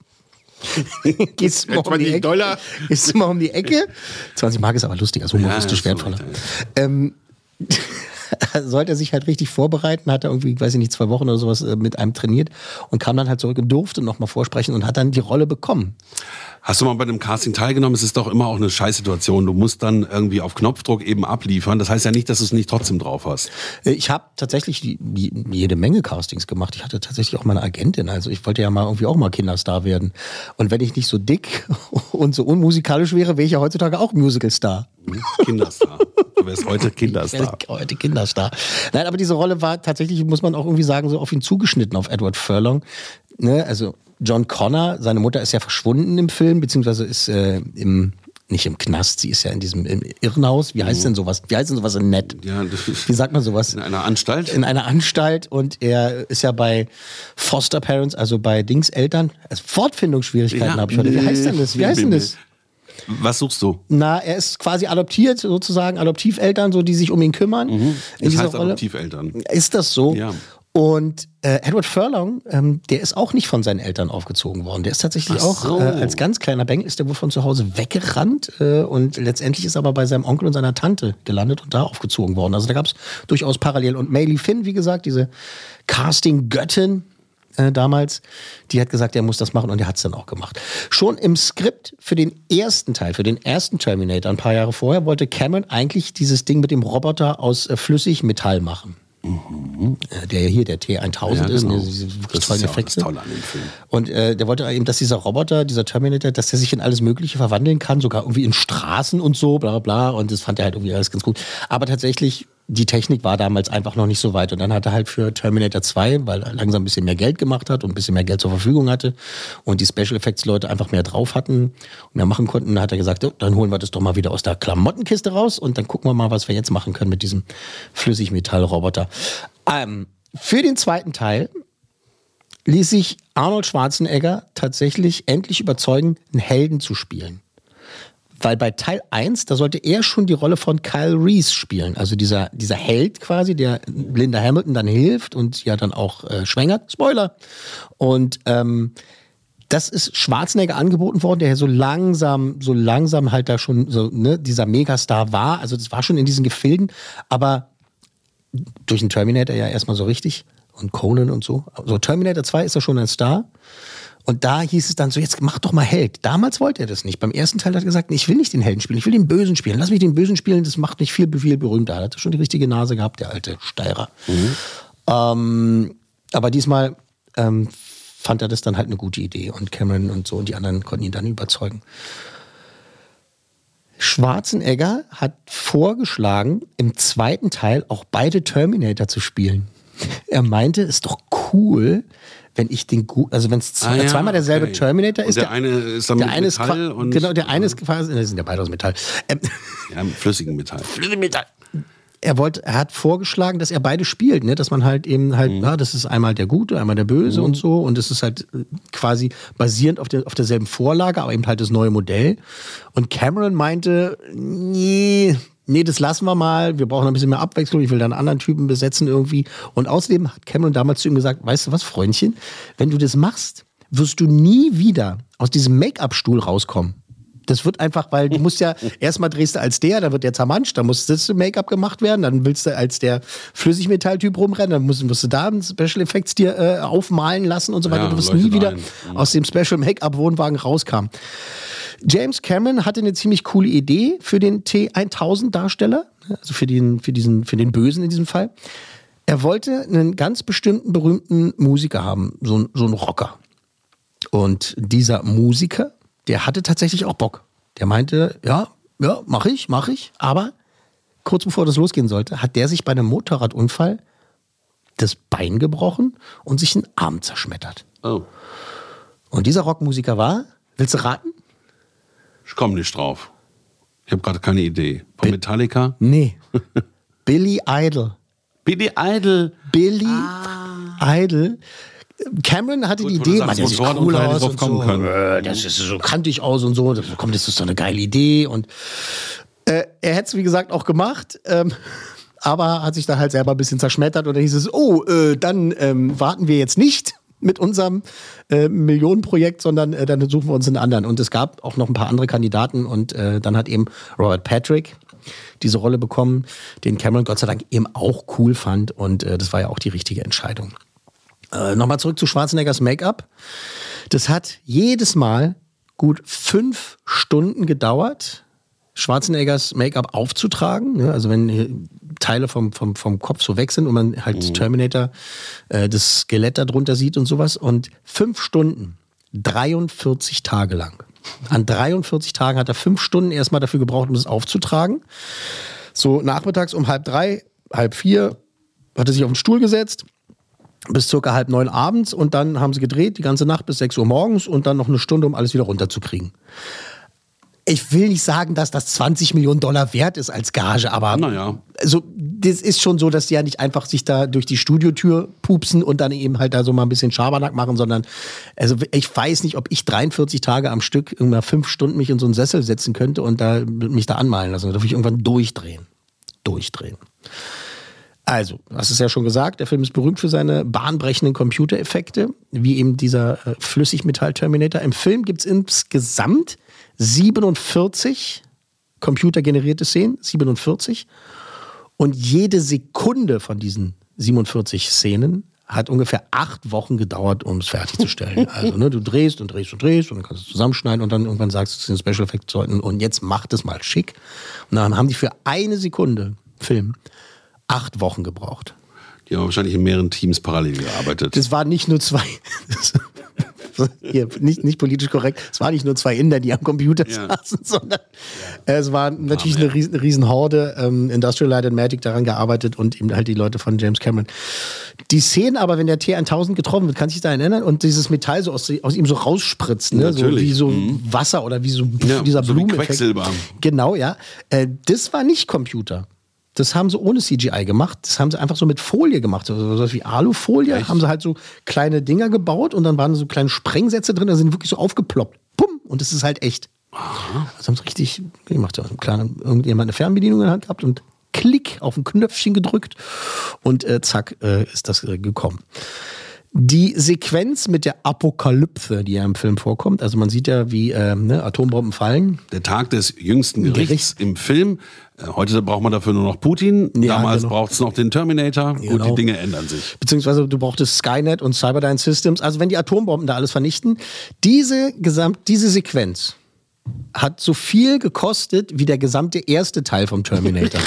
[SPEAKER 3] Gehst du mal um die Ecke? Dollar. Gehst du mal um die Ecke? zwanzig Mark ist aber lustig, also humoristisch ja, wertvoller. Ähm, sollte er sich halt richtig vorbereiten, hat er irgendwie, weiß ich nicht, zwei Wochen oder sowas mit einem trainiert und kam dann halt zurück und durfte noch mal vorsprechen und hat dann die Rolle bekommen.
[SPEAKER 4] Hast du mal bei einem Casting teilgenommen? Es ist doch immer auch eine Scheißsituation. Du musst dann irgendwie auf Knopfdruck eben abliefern. Das heißt ja nicht, dass du es nicht trotzdem drauf hast. Ich
[SPEAKER 3] habe tatsächlich die, die, jede Menge Castings gemacht. Ich hatte tatsächlich auch mal eine Agentin. Also ich wollte ja mal irgendwie auch mal Kinderstar werden. Und wenn ich nicht so dick und so unmusikalisch wäre, wäre ich ja heutzutage auch Musicalstar.
[SPEAKER 4] Kinderstar. Du wärst heute Kinderstar.
[SPEAKER 3] Ich wär heute Kinderstar. Nein, aber diese Rolle war tatsächlich, muss man auch irgendwie sagen, so auf ihn zugeschnitten, auf Edward Furlong. Ne? Also John Connor, seine Mutter ist ja verschwunden im Film, beziehungsweise ist äh, im, nicht im Knast, sie ist ja in diesem im Irrenhaus. Wie heißt mhm. denn sowas? Wie heißt denn sowas in nett?
[SPEAKER 4] Ja,
[SPEAKER 3] wie sagt man sowas?
[SPEAKER 4] In einer Anstalt?
[SPEAKER 3] In einer Anstalt und er ist ja bei Foster Parents, also bei Dingseltern. Also Fortfindungsschwierigkeiten ja, habe ich heute. Wie heißt denn das? Wie heißt denn das?
[SPEAKER 4] Was suchst du?
[SPEAKER 3] Na, er ist quasi adoptiert, sozusagen Adoptiveltern, so die sich um ihn kümmern.
[SPEAKER 4] Mhm. Das in dieser heißt Rolle. Adoptiveltern.
[SPEAKER 3] Ist das so?
[SPEAKER 4] Ja.
[SPEAKER 3] Und äh, Edward Furlong, ähm, der ist auch nicht von seinen Eltern aufgezogen worden. Der ist tatsächlich
[SPEAKER 4] Ach so.
[SPEAKER 3] auch, äh, als ganz kleiner Bengel ist der wohl von zu Hause weggerannt äh, und letztendlich ist aber bei seinem Onkel und seiner Tante gelandet und da aufgezogen worden. Also da gab es durchaus parallel. Und Maylie Finn, wie gesagt, diese Casting-Göttin, Äh, damals, die hat gesagt, er muss das machen und er hat es dann auch gemacht. Schon im Skript für den ersten Teil, für den ersten Terminator, ein paar Jahre vorher, wollte Cameron eigentlich dieses Ding mit dem Roboter aus äh, Flüssigmetall machen. Mhm. Äh, der hier der T tausend
[SPEAKER 4] ja,
[SPEAKER 3] ist,
[SPEAKER 4] genau.
[SPEAKER 3] ne, diese
[SPEAKER 4] das ist ja auch das Tolle an dem Film.
[SPEAKER 3] Und äh, der wollte eben, dass dieser Roboter, dieser Terminator, dass der sich in alles Mögliche verwandeln kann, sogar irgendwie in Straßen und so, bla bla bla. Und das fand er halt irgendwie alles ganz gut. Aber tatsächlich, die Technik war damals einfach noch nicht so weit. Und dann hat er halt für Terminator zwei, weil er langsam ein bisschen mehr Geld gemacht hat und ein bisschen mehr Geld zur Verfügung hatte und die Special Effects Leute einfach mehr drauf hatten und mehr machen konnten, hat er gesagt, oh, dann holen wir das doch mal wieder aus der Klamottenkiste raus und dann gucken wir mal, was wir jetzt machen können mit diesem Flüssigmetallroboter. Ähm, für den zweiten Teil ließ sich Arnold Schwarzenegger tatsächlich endlich überzeugen, einen Helden zu spielen. Weil bei Teil eins, da sollte er schon die Rolle von Kyle Reese spielen. Also dieser, dieser Held quasi, der Linda Hamilton dann hilft und ja dann auch äh, schwängert. Spoiler! Und ähm, das ist Schwarzenegger angeboten worden, der so langsam, so langsam halt da schon so, ne, dieser Megastar war. Also das war schon in diesen Gefilden, aber durch den Terminator ja erstmal so richtig. Und Conan und so. Also Terminator zwei ist ja schon ein Star. Und da hieß es dann so, jetzt mach doch mal Held. Damals wollte er das nicht. Beim ersten Teil hat er gesagt, ich will nicht den Helden spielen, ich will den Bösen spielen. Lass mich den Bösen spielen, das macht mich viel, viel berühmter. Er hatte schon die richtige Nase gehabt, der alte Steirer. Mhm. Ähm, aber diesmal ähm, fand er das dann halt eine gute Idee. Und Cameron und so und die anderen konnten ihn dann überzeugen. Schwarzenegger hat vorgeschlagen, im zweiten Teil auch beide Terminator zu spielen. Er meinte, ist doch cool, wenn ich den gut, also wenn es
[SPEAKER 4] ah, ja,
[SPEAKER 3] zweimal derselbe
[SPEAKER 4] okay.
[SPEAKER 3] Terminator ist.
[SPEAKER 4] Und der, der eine ist dann
[SPEAKER 3] der
[SPEAKER 4] mit
[SPEAKER 3] eine
[SPEAKER 4] Metall
[SPEAKER 3] ist,
[SPEAKER 4] und
[SPEAKER 3] genau, der eine ist quasi, das sind ja beide aus Metall. Ähm,
[SPEAKER 4] ja, mit flüssigem Metall.
[SPEAKER 3] Flüssigem Metall. Er wollte, er hat vorgeschlagen, dass er beide spielt, ne, dass man halt eben halt, mhm. ja, das ist einmal der Gute, einmal der Böse mhm. und so und das ist halt quasi basierend auf der auf derselben Vorlage, aber eben halt das neue Modell. Und Cameron meinte, nee. Nee, das lassen wir mal. Wir brauchen ein bisschen mehr Abwechslung. Ich will da einen anderen Typen besetzen irgendwie. Und außerdem hat Cameron damals zu ihm gesagt, weißt du was, Freundchen? Wenn du das machst, wirst du nie wieder aus diesem Make-up-Stuhl rauskommen. Das wird einfach, weil du musst ja, erstmal drehst du als der, dann wird der zermanscht, dann muss das Make-up gemacht werden, dann willst du als der Flüssigmetalltyp rumrennen, dann musst, musst du da einen Special Effects dir äh, aufmalen lassen und so weiter. Ja, du wirst nie wieder ein. aus dem Special Make-up-Wohnwagen rauskamen. James Cameron hatte eine ziemlich coole Idee für den T tausend Darsteller, also für den, für diesen, für den Bösen in diesem Fall. Er wollte einen ganz bestimmten berühmten Musiker haben, so, ein, so einen Rocker. Und dieser Musiker, der hatte tatsächlich auch Bock. Der meinte, ja, ja, mach ich, mach ich. Aber kurz bevor das losgehen sollte, hat der sich bei einem Motorradunfall das Bein gebrochen und sich einen Arm zerschmettert.
[SPEAKER 4] Oh.
[SPEAKER 3] Und dieser Rockmusiker war, willst du raten?
[SPEAKER 4] Ich komme nicht drauf. Ich habe gerade keine Idee. Von Metallica?
[SPEAKER 3] Nee. Billy Idol.
[SPEAKER 4] Billy Idol.
[SPEAKER 3] Billy ah. Idol. Cameron hatte Gut, die Idee, man, der sieht cool aus und so. Können. Das ist so kantig aus und so. Das, komm, das ist so eine geile Idee. Und äh, er hätte es, wie gesagt, auch gemacht. Ähm, aber hat sich dann halt selber ein bisschen zerschmettert. Und dann hieß es, oh, äh, dann ähm, warten wir jetzt nicht mit unserem äh, Millionenprojekt, sondern äh, dann suchen wir uns einen anderen. Und es gab auch noch ein paar andere Kandidaten und äh, dann hat eben Robert Patrick diese Rolle bekommen, den Cameron Gott sei Dank eben auch cool fand und äh, das war ja auch die richtige Entscheidung. Äh, Nochmal zurück zu Schwarzeneggers Make-up. Das hat jedes Mal gut fünf Stunden gedauert, Schwarzeneggers Make-up aufzutragen. Ne? Also wenn Teile vom, vom, vom Kopf so weg sind und man halt mhm. Terminator, äh, das Skelett da drunter sieht und sowas. Und fünf Stunden, dreiundvierzig Tage lang. An dreiundvierzig Tagen hat er fünf Stunden erstmal dafür gebraucht, um das aufzutragen. So nachmittags um halb drei, halb vier hat er sich auf den Stuhl gesetzt, bis circa halb neun abends und dann haben sie gedreht, die ganze Nacht bis sechs Uhr morgens und dann noch eine Stunde, um alles wieder runterzukriegen. Ich will nicht sagen, dass das zwanzig Millionen Dollar wert ist als Gage, aber
[SPEAKER 4] naja.
[SPEAKER 3] Also, das ist schon so, dass die ja nicht einfach sich da durch die Studiotür pupsen und dann eben halt da so mal ein bisschen Schabernack machen, sondern also ich weiß nicht, ob ich dreiundvierzig Tage am Stück irgendwann fünf Stunden mich in so einen Sessel setzen könnte und da mich da anmalen lassen. Da würde ich irgendwann durchdrehen. Durchdrehen. Also, du hast es ja schon gesagt, der Film ist berühmt für seine bahnbrechenden Computereffekte, wie eben dieser äh, Flüssigmetall-Terminator. Im Film gibt es insgesamt siebenundvierzig computergenerierte Szenen, siebenundvierzig. Und jede Sekunde von diesen siebenundvierzig Szenen hat ungefähr acht Wochen gedauert, um es fertigzustellen. Also ne, du drehst und drehst und drehst und dann kannst du es zusammenschneiden und dann irgendwann sagst du zu den Special Effects Leuten und jetzt macht es mal schick. Und dann haben die für eine Sekunde Film acht Wochen gebraucht.
[SPEAKER 4] Die haben wahrscheinlich in mehreren Teams parallel gearbeitet.
[SPEAKER 3] Das waren nicht nur zwei... Hier, nicht, nicht politisch korrekt, es waren nicht nur zwei Inder, die am Computer ja. saßen, sondern ja. es war natürlich ah, eine riesen, riesen Horde, ähm, Industrial Light and Magic daran gearbeitet und eben halt die Leute von James Cameron. Die Szenen aber, wenn der T tausend getroffen wird, kann sich da erinnern und dieses Metall so aus, aus ihm so rausspritzt, ne? So wie so mhm. Wasser oder wie so
[SPEAKER 4] ja,
[SPEAKER 3] dieser
[SPEAKER 4] so
[SPEAKER 3] Blumeneffekt.
[SPEAKER 4] Quecksilber.
[SPEAKER 3] Genau, ja. Äh, das war nicht Computer. Das haben sie ohne C G I gemacht. Das haben sie einfach so mit Folie gemacht. Also so wie Alufolie. Echt? Haben sie halt so kleine Dinger gebaut und dann waren so kleine Sprengsätze drin. Da sind wirklich so aufgeploppt. Pum! Und das ist halt echt. Aha. Also haben sie richtig gemacht. Ja, klar, irgendjemand eine Fernbedienung in der Hand gehabt und klick auf ein Knöpfchen gedrückt und äh, zack äh, ist das äh, gekommen. Die Sequenz mit der Apokalypse, die ja im Film vorkommt, also man sieht ja, wie äh, ne, Atombomben fallen.
[SPEAKER 4] Der Tag des jüngsten Gerichts Gericht. Im Film. Äh, heute braucht man dafür nur noch Putin. Ja, Damals genau. braucht es noch den Terminator. Genau. Gut, die Dinge ändern sich.
[SPEAKER 3] Beziehungsweise du brauchtest Skynet und Cyberdyne Systems. Also wenn die Atombomben da alles vernichten, diese, gesamt, diese Sequenz hat so viel gekostet wie der gesamte erste Teil vom Terminator.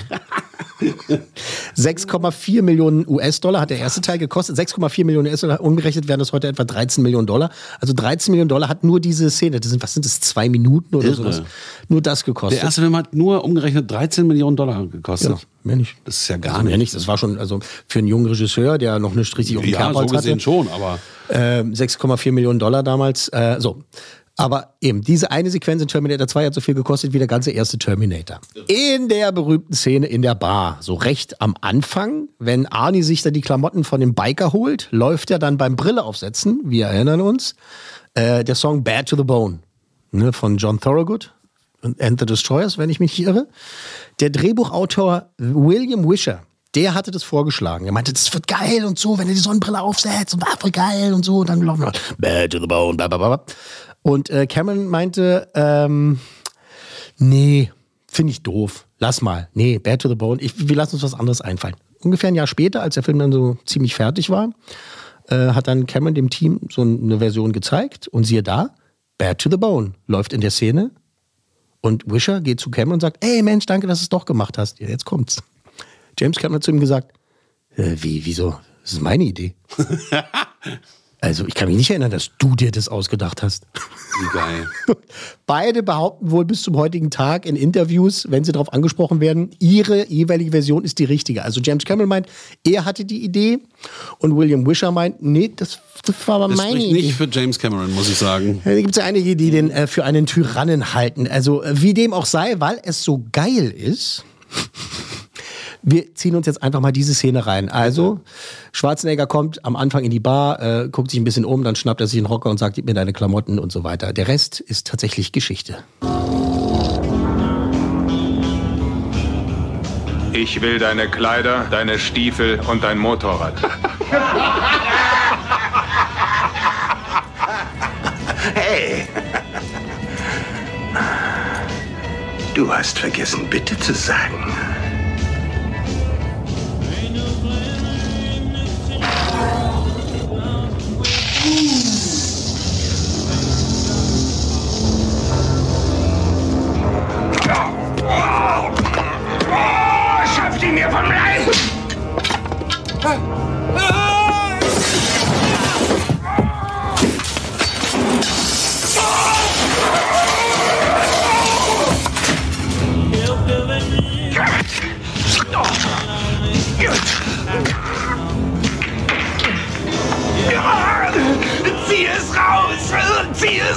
[SPEAKER 3] sechs Komma vier Millionen U S-Dollar hat der erste Teil gekostet. sechs Komma vier Millionen U S-Dollar, umgerechnet wären das heute etwa dreizehn Millionen Dollar. Also dreizehn Millionen Dollar hat nur diese Szene. Das sind, was sind das, zwei Minuten oder sowas? Nur das gekostet.
[SPEAKER 4] Der erste Film hat nur umgerechnet dreizehn Millionen Dollar gekostet.
[SPEAKER 3] Ja, mehr nicht.
[SPEAKER 4] Das ist ja gar
[SPEAKER 3] also
[SPEAKER 4] nicht.
[SPEAKER 3] Mehr nicht. Das war schon, also für einen jungen Regisseur, der noch nicht richtig auf dem
[SPEAKER 4] ja,
[SPEAKER 3] Kerbholz
[SPEAKER 4] so gesehen
[SPEAKER 3] hatte.
[SPEAKER 4] schon, aber...
[SPEAKER 3] Äh, sechs Komma vier Millionen Dollar damals. Äh, so. Aber eben, diese eine Sequenz in Terminator zwei hat so viel gekostet wie der ganze erste Terminator. In der berühmten Szene in der Bar, so recht am Anfang, wenn Arnie sich da die Klamotten von dem Biker holt, läuft er dann beim Brille aufsetzen, wir erinnern uns, äh, der Song Bad to the Bone, ne, von John Thorogood und And the Destroyers, wenn ich mich nicht irre. Der Drehbuchautor William Wisher, der hatte das vorgeschlagen. Er meinte, das wird geil und so, wenn er die Sonnenbrille aufsetzt und war voll geil und so. Und dann laufen wir Bad to the Bone, bla bla bla. Und äh, Cameron meinte, ähm, nee, finde ich doof. Lass mal. Nee, Bad to the Bone. Ich, wir lassen uns was anderes einfallen. Ungefähr ein Jahr später, als der Film dann so ziemlich fertig war, äh, hat dann Cameron dem Team so eine Version gezeigt. Und siehe da, Bad to the Bone läuft in der Szene. Und Wisher geht zu Cameron und sagt, ey Mensch, danke, dass du es doch gemacht hast. Ja, jetzt kommt's. James Cameron hat zu ihm gesagt, äh, wie, wieso? Das ist meine Idee. Also ich kann mich nicht erinnern, dass du dir das ausgedacht hast.
[SPEAKER 4] Wie geil.
[SPEAKER 3] Beide behaupten wohl bis zum heutigen Tag in Interviews, wenn sie darauf angesprochen werden, ihre jeweilige Version ist die richtige. Also James Cameron meint, er hatte die Idee und William Wisher meint, nee, das, das war aber
[SPEAKER 4] das
[SPEAKER 3] meine Idee.
[SPEAKER 4] Das spricht nicht für James Cameron, muss ich sagen.
[SPEAKER 3] Da gibt es ja einige, die den äh, für einen Tyrannen halten. Also äh, wie dem auch sei, weil es so geil ist... Wir ziehen uns jetzt einfach mal diese Szene rein. Also, Schwarzenegger kommt am Anfang in die Bar, äh, guckt sich ein bisschen um, dann schnappt er sich einen Rocker und sagt, gib mir deine Klamotten und so weiter. Der Rest ist tatsächlich Geschichte.
[SPEAKER 7] Ich will deine Kleider, deine Stiefel und dein Motorrad.
[SPEAKER 8] Hey! Du hast vergessen, bitte zu sagen.
[SPEAKER 9] Schafft ihn mir vom Leib!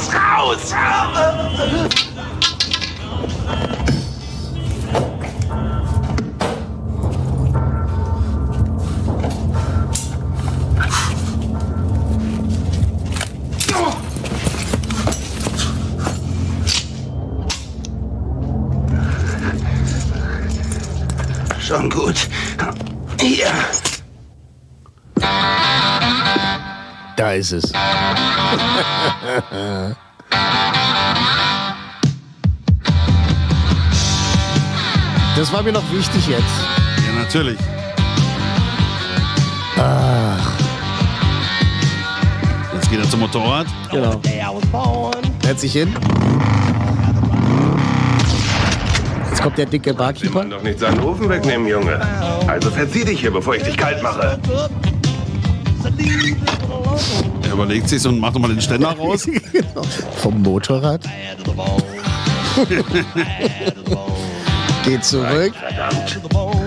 [SPEAKER 8] Lass raus! Schon gut. Hier.
[SPEAKER 3] Da ist es. Das war mir noch wichtig jetzt.
[SPEAKER 4] Ja, natürlich.
[SPEAKER 3] Ach.
[SPEAKER 4] Jetzt geht er zum Motorrad.
[SPEAKER 3] Genau. Setz sich hin. Jetzt kommt der dicke Barkeeper.
[SPEAKER 8] Man doch nicht seinen Ofen wegnehmen, Junge. Also verzieh dich hier, bevor ich dich kalt mache.
[SPEAKER 4] Er überlegt sich und macht nochmal den Ständer raus.
[SPEAKER 3] Genau. Vom Motorrad. Geht zurück.
[SPEAKER 8] Verdammt.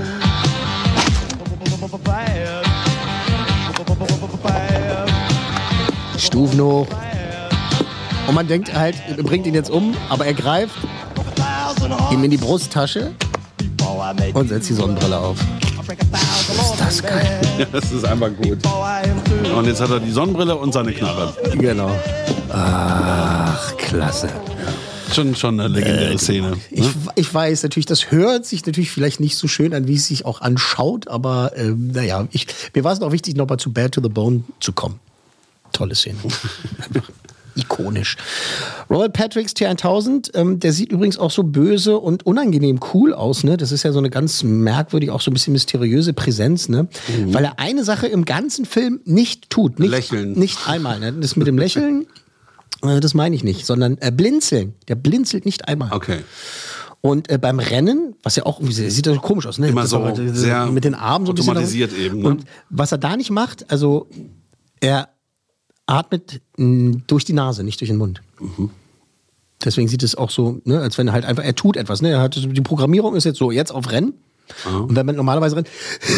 [SPEAKER 3] Stufen hoch. Und man denkt halt, er bringt ihn jetzt um, aber er greift ihm in die Brusttasche und setzt die Sonnenbrille auf. Ist das geil?
[SPEAKER 4] Ja, das ist einfach gut. Und jetzt hat er die Sonnenbrille und seine Knarre.
[SPEAKER 3] Genau. Ach, klasse.
[SPEAKER 4] Schon, schon eine legendäre äh, Szene. Ne?
[SPEAKER 3] Ich, ich weiß natürlich, das hört sich natürlich vielleicht nicht so schön an, wie es sich auch anschaut, aber äh, naja, ich, mir war es auch wichtig, nochmal zu Bad to the Bone zu kommen. Tolle Szene. Einfach ikonisch. Robert Patrick's T tausend, ähm, der sieht übrigens auch so böse und unangenehm cool aus, ne? Das ist ja so eine ganz merkwürdig, auch so ein bisschen mysteriöse Präsenz, ne? Mhm. Weil er eine Sache im ganzen Film nicht tut. Nicht,
[SPEAKER 4] Lächeln.
[SPEAKER 3] Nicht einmal, ne? Das mit dem Lächeln, äh, das meine ich nicht, sondern äh, blinzeln. Der blinzelt nicht einmal.
[SPEAKER 4] Okay.
[SPEAKER 3] Und äh, beim Rennen, was ja auch irgendwie, sieht so komisch aus, ne?
[SPEAKER 4] Immer so
[SPEAKER 3] auch, äh,
[SPEAKER 4] sehr
[SPEAKER 3] mit den Armen so ein bisschen
[SPEAKER 4] automatisiert eben. Ne?
[SPEAKER 3] Und was er da nicht macht, also er atmet mh, durch die Nase, nicht durch den Mund. Mhm. Deswegen sieht es auch so, ne, als wenn er halt einfach, er tut etwas. Ne? Er hat, die Programmierung ist jetzt so, jetzt auf Rennen. Mhm. Und wenn man normalerweise rennt,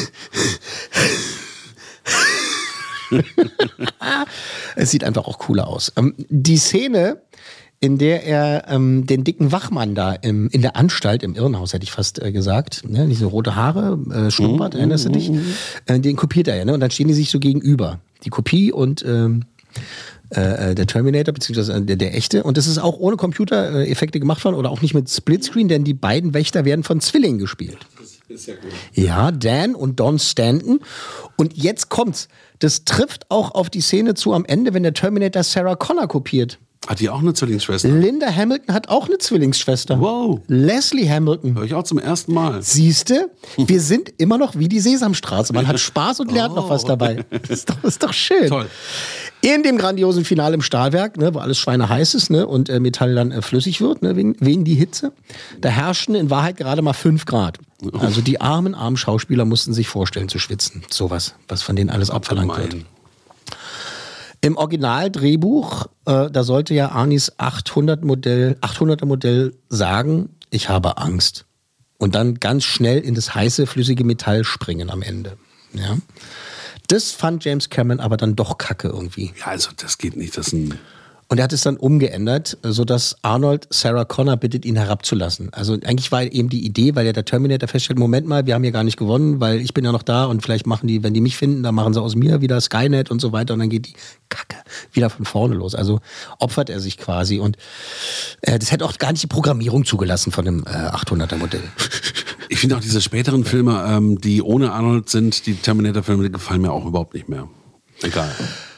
[SPEAKER 3] es sieht einfach auch cooler aus. Ähm, die Szene, in der er ähm, den dicken Wachmann da im, in der Anstalt, im Irrenhaus, hätte ich fast äh, gesagt, ne? Diese rote Haare, äh, Schnurrbart, mhm. erinnerst du dich? Äh, den kopiert er ja, ne? Und dann stehen die sich so gegenüber. Die Kopie und ähm, äh, der Terminator, beziehungsweise der, der echte. Und das ist auch ohne Computereffekte gemacht worden oder auch nicht mit Splitscreen, denn die beiden Wächter werden von Zwillingen gespielt. Das ist ja gut. Ja, Dan und Don Stanton. Und jetzt kommt's. Das trifft auch auf die Szene zu am Ende, wenn der Terminator Sarah Connor kopiert.
[SPEAKER 4] Hat die auch eine Zwillingsschwester?
[SPEAKER 3] Linda Hamilton hat auch eine Zwillingsschwester.
[SPEAKER 4] Wow.
[SPEAKER 3] Leslie Hamilton.
[SPEAKER 4] Hör ich auch zum ersten Mal.
[SPEAKER 3] Siehste, wir sind immer noch wie die Sesamstraße. Man hat Spaß und lernt oh. noch was dabei. Das ist doch, ist doch schön.
[SPEAKER 4] Toll.
[SPEAKER 3] In dem grandiosen Finale im Stahlwerk, ne, wo alles schweineheiß ist, ne, und äh, Metall dann äh, flüssig wird, ne, wegen, wegen die Hitze, da herrschten in Wahrheit gerade mal fünf Grad. Also die armen, armen Schauspieler mussten sich vorstellen zu schwitzen. Sowas, was von denen alles abverlangt wird. Im Originaldrehbuch, äh, da sollte ja Arnis achthundert Modell, achthunderter Modell sagen, ich habe Angst. Und dann ganz schnell in das heiße, flüssige Metall springen am Ende. Ja. Das fand James Cameron aber dann doch kacke irgendwie.
[SPEAKER 4] Ja, also das geht nicht. Das ist ein
[SPEAKER 3] Und er hat es dann umgeändert, sodass Arnold Sarah Connor bittet, ihn herabzulassen. Also eigentlich war eben die Idee, weil ja der Terminator feststellt, Moment mal, wir haben hier gar nicht gewonnen, weil ich bin ja noch da und vielleicht machen die, wenn die mich finden, dann machen sie aus mir wieder Skynet und so weiter und dann geht die Kacke wieder von vorne los. Also opfert er sich quasi und äh, das hätte auch gar nicht die Programmierung zugelassen von dem äh, achthunderter Modell.
[SPEAKER 4] Ich finde auch diese späteren Filme, ähm, die ohne Arnold sind, die Terminator-Filme, die gefallen mir auch überhaupt nicht mehr. Egal.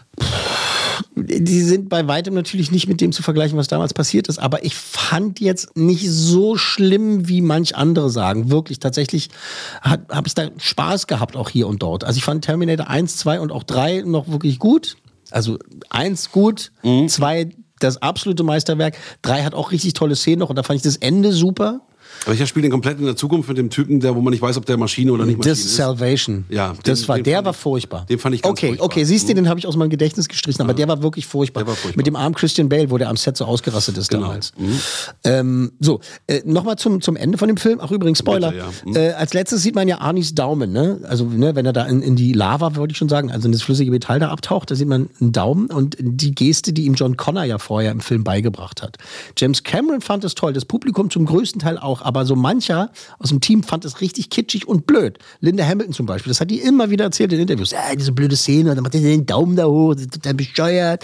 [SPEAKER 3] Die sind bei weitem natürlich nicht mit dem zu vergleichen, was damals passiert ist, aber ich fand jetzt nicht so schlimm, wie manch andere sagen. Wirklich, tatsächlich habe ich da Spaß gehabt, auch hier und dort. Also ich fand Terminator eins, zwei und auch drei noch wirklich gut. Also eins gut, mhm. zwei das absolute Meisterwerk, drei hat auch richtig tolle Szenen noch und da fand ich das Ende super.
[SPEAKER 4] Aber ich spiele den komplett in der Zukunft mit dem Typen, der, wo man nicht weiß, ob der Maschine oder nicht Maschine
[SPEAKER 3] das
[SPEAKER 4] ist.
[SPEAKER 3] Salvation.
[SPEAKER 4] Ja,
[SPEAKER 3] das
[SPEAKER 4] den,
[SPEAKER 3] war,
[SPEAKER 4] den
[SPEAKER 3] der war
[SPEAKER 4] ich,
[SPEAKER 3] furchtbar.
[SPEAKER 4] Den fand ich ganz
[SPEAKER 3] okay,
[SPEAKER 4] furchtbar.
[SPEAKER 3] Okay, siehst du, den habe ich aus meinem Gedächtnis gestrichen, aber
[SPEAKER 4] ja.
[SPEAKER 3] der war wirklich furchtbar.
[SPEAKER 4] Der war furchtbar.
[SPEAKER 3] Mit dem armen Christian Bale, wo der am Set so ausgerastet ist
[SPEAKER 4] genau.
[SPEAKER 3] damals. Mhm. Ähm, so, äh, nochmal zum, zum Ende von dem Film. Ach, übrigens, Spoiler.
[SPEAKER 4] Bitte, ja. mhm.
[SPEAKER 3] äh, als letztes sieht man ja Arnis Daumen, ne? Also, ne, wenn er da in, in die Lava, wollte ich schon sagen, also in das flüssige Metall da abtaucht, da sieht man einen Daumen und die Geste, die ihm John Connor ja vorher im Film beigebracht hat. James Cameron fand es toll, das Publikum zum größten Teil auch, aber so mancher aus dem Team fand es richtig kitschig und blöd. Linda Hamilton zum Beispiel, das hat die immer wieder erzählt in Interviews. Ja, diese blöde Szene, und dann macht er den Daumen da hoch, das ist total bescheuert.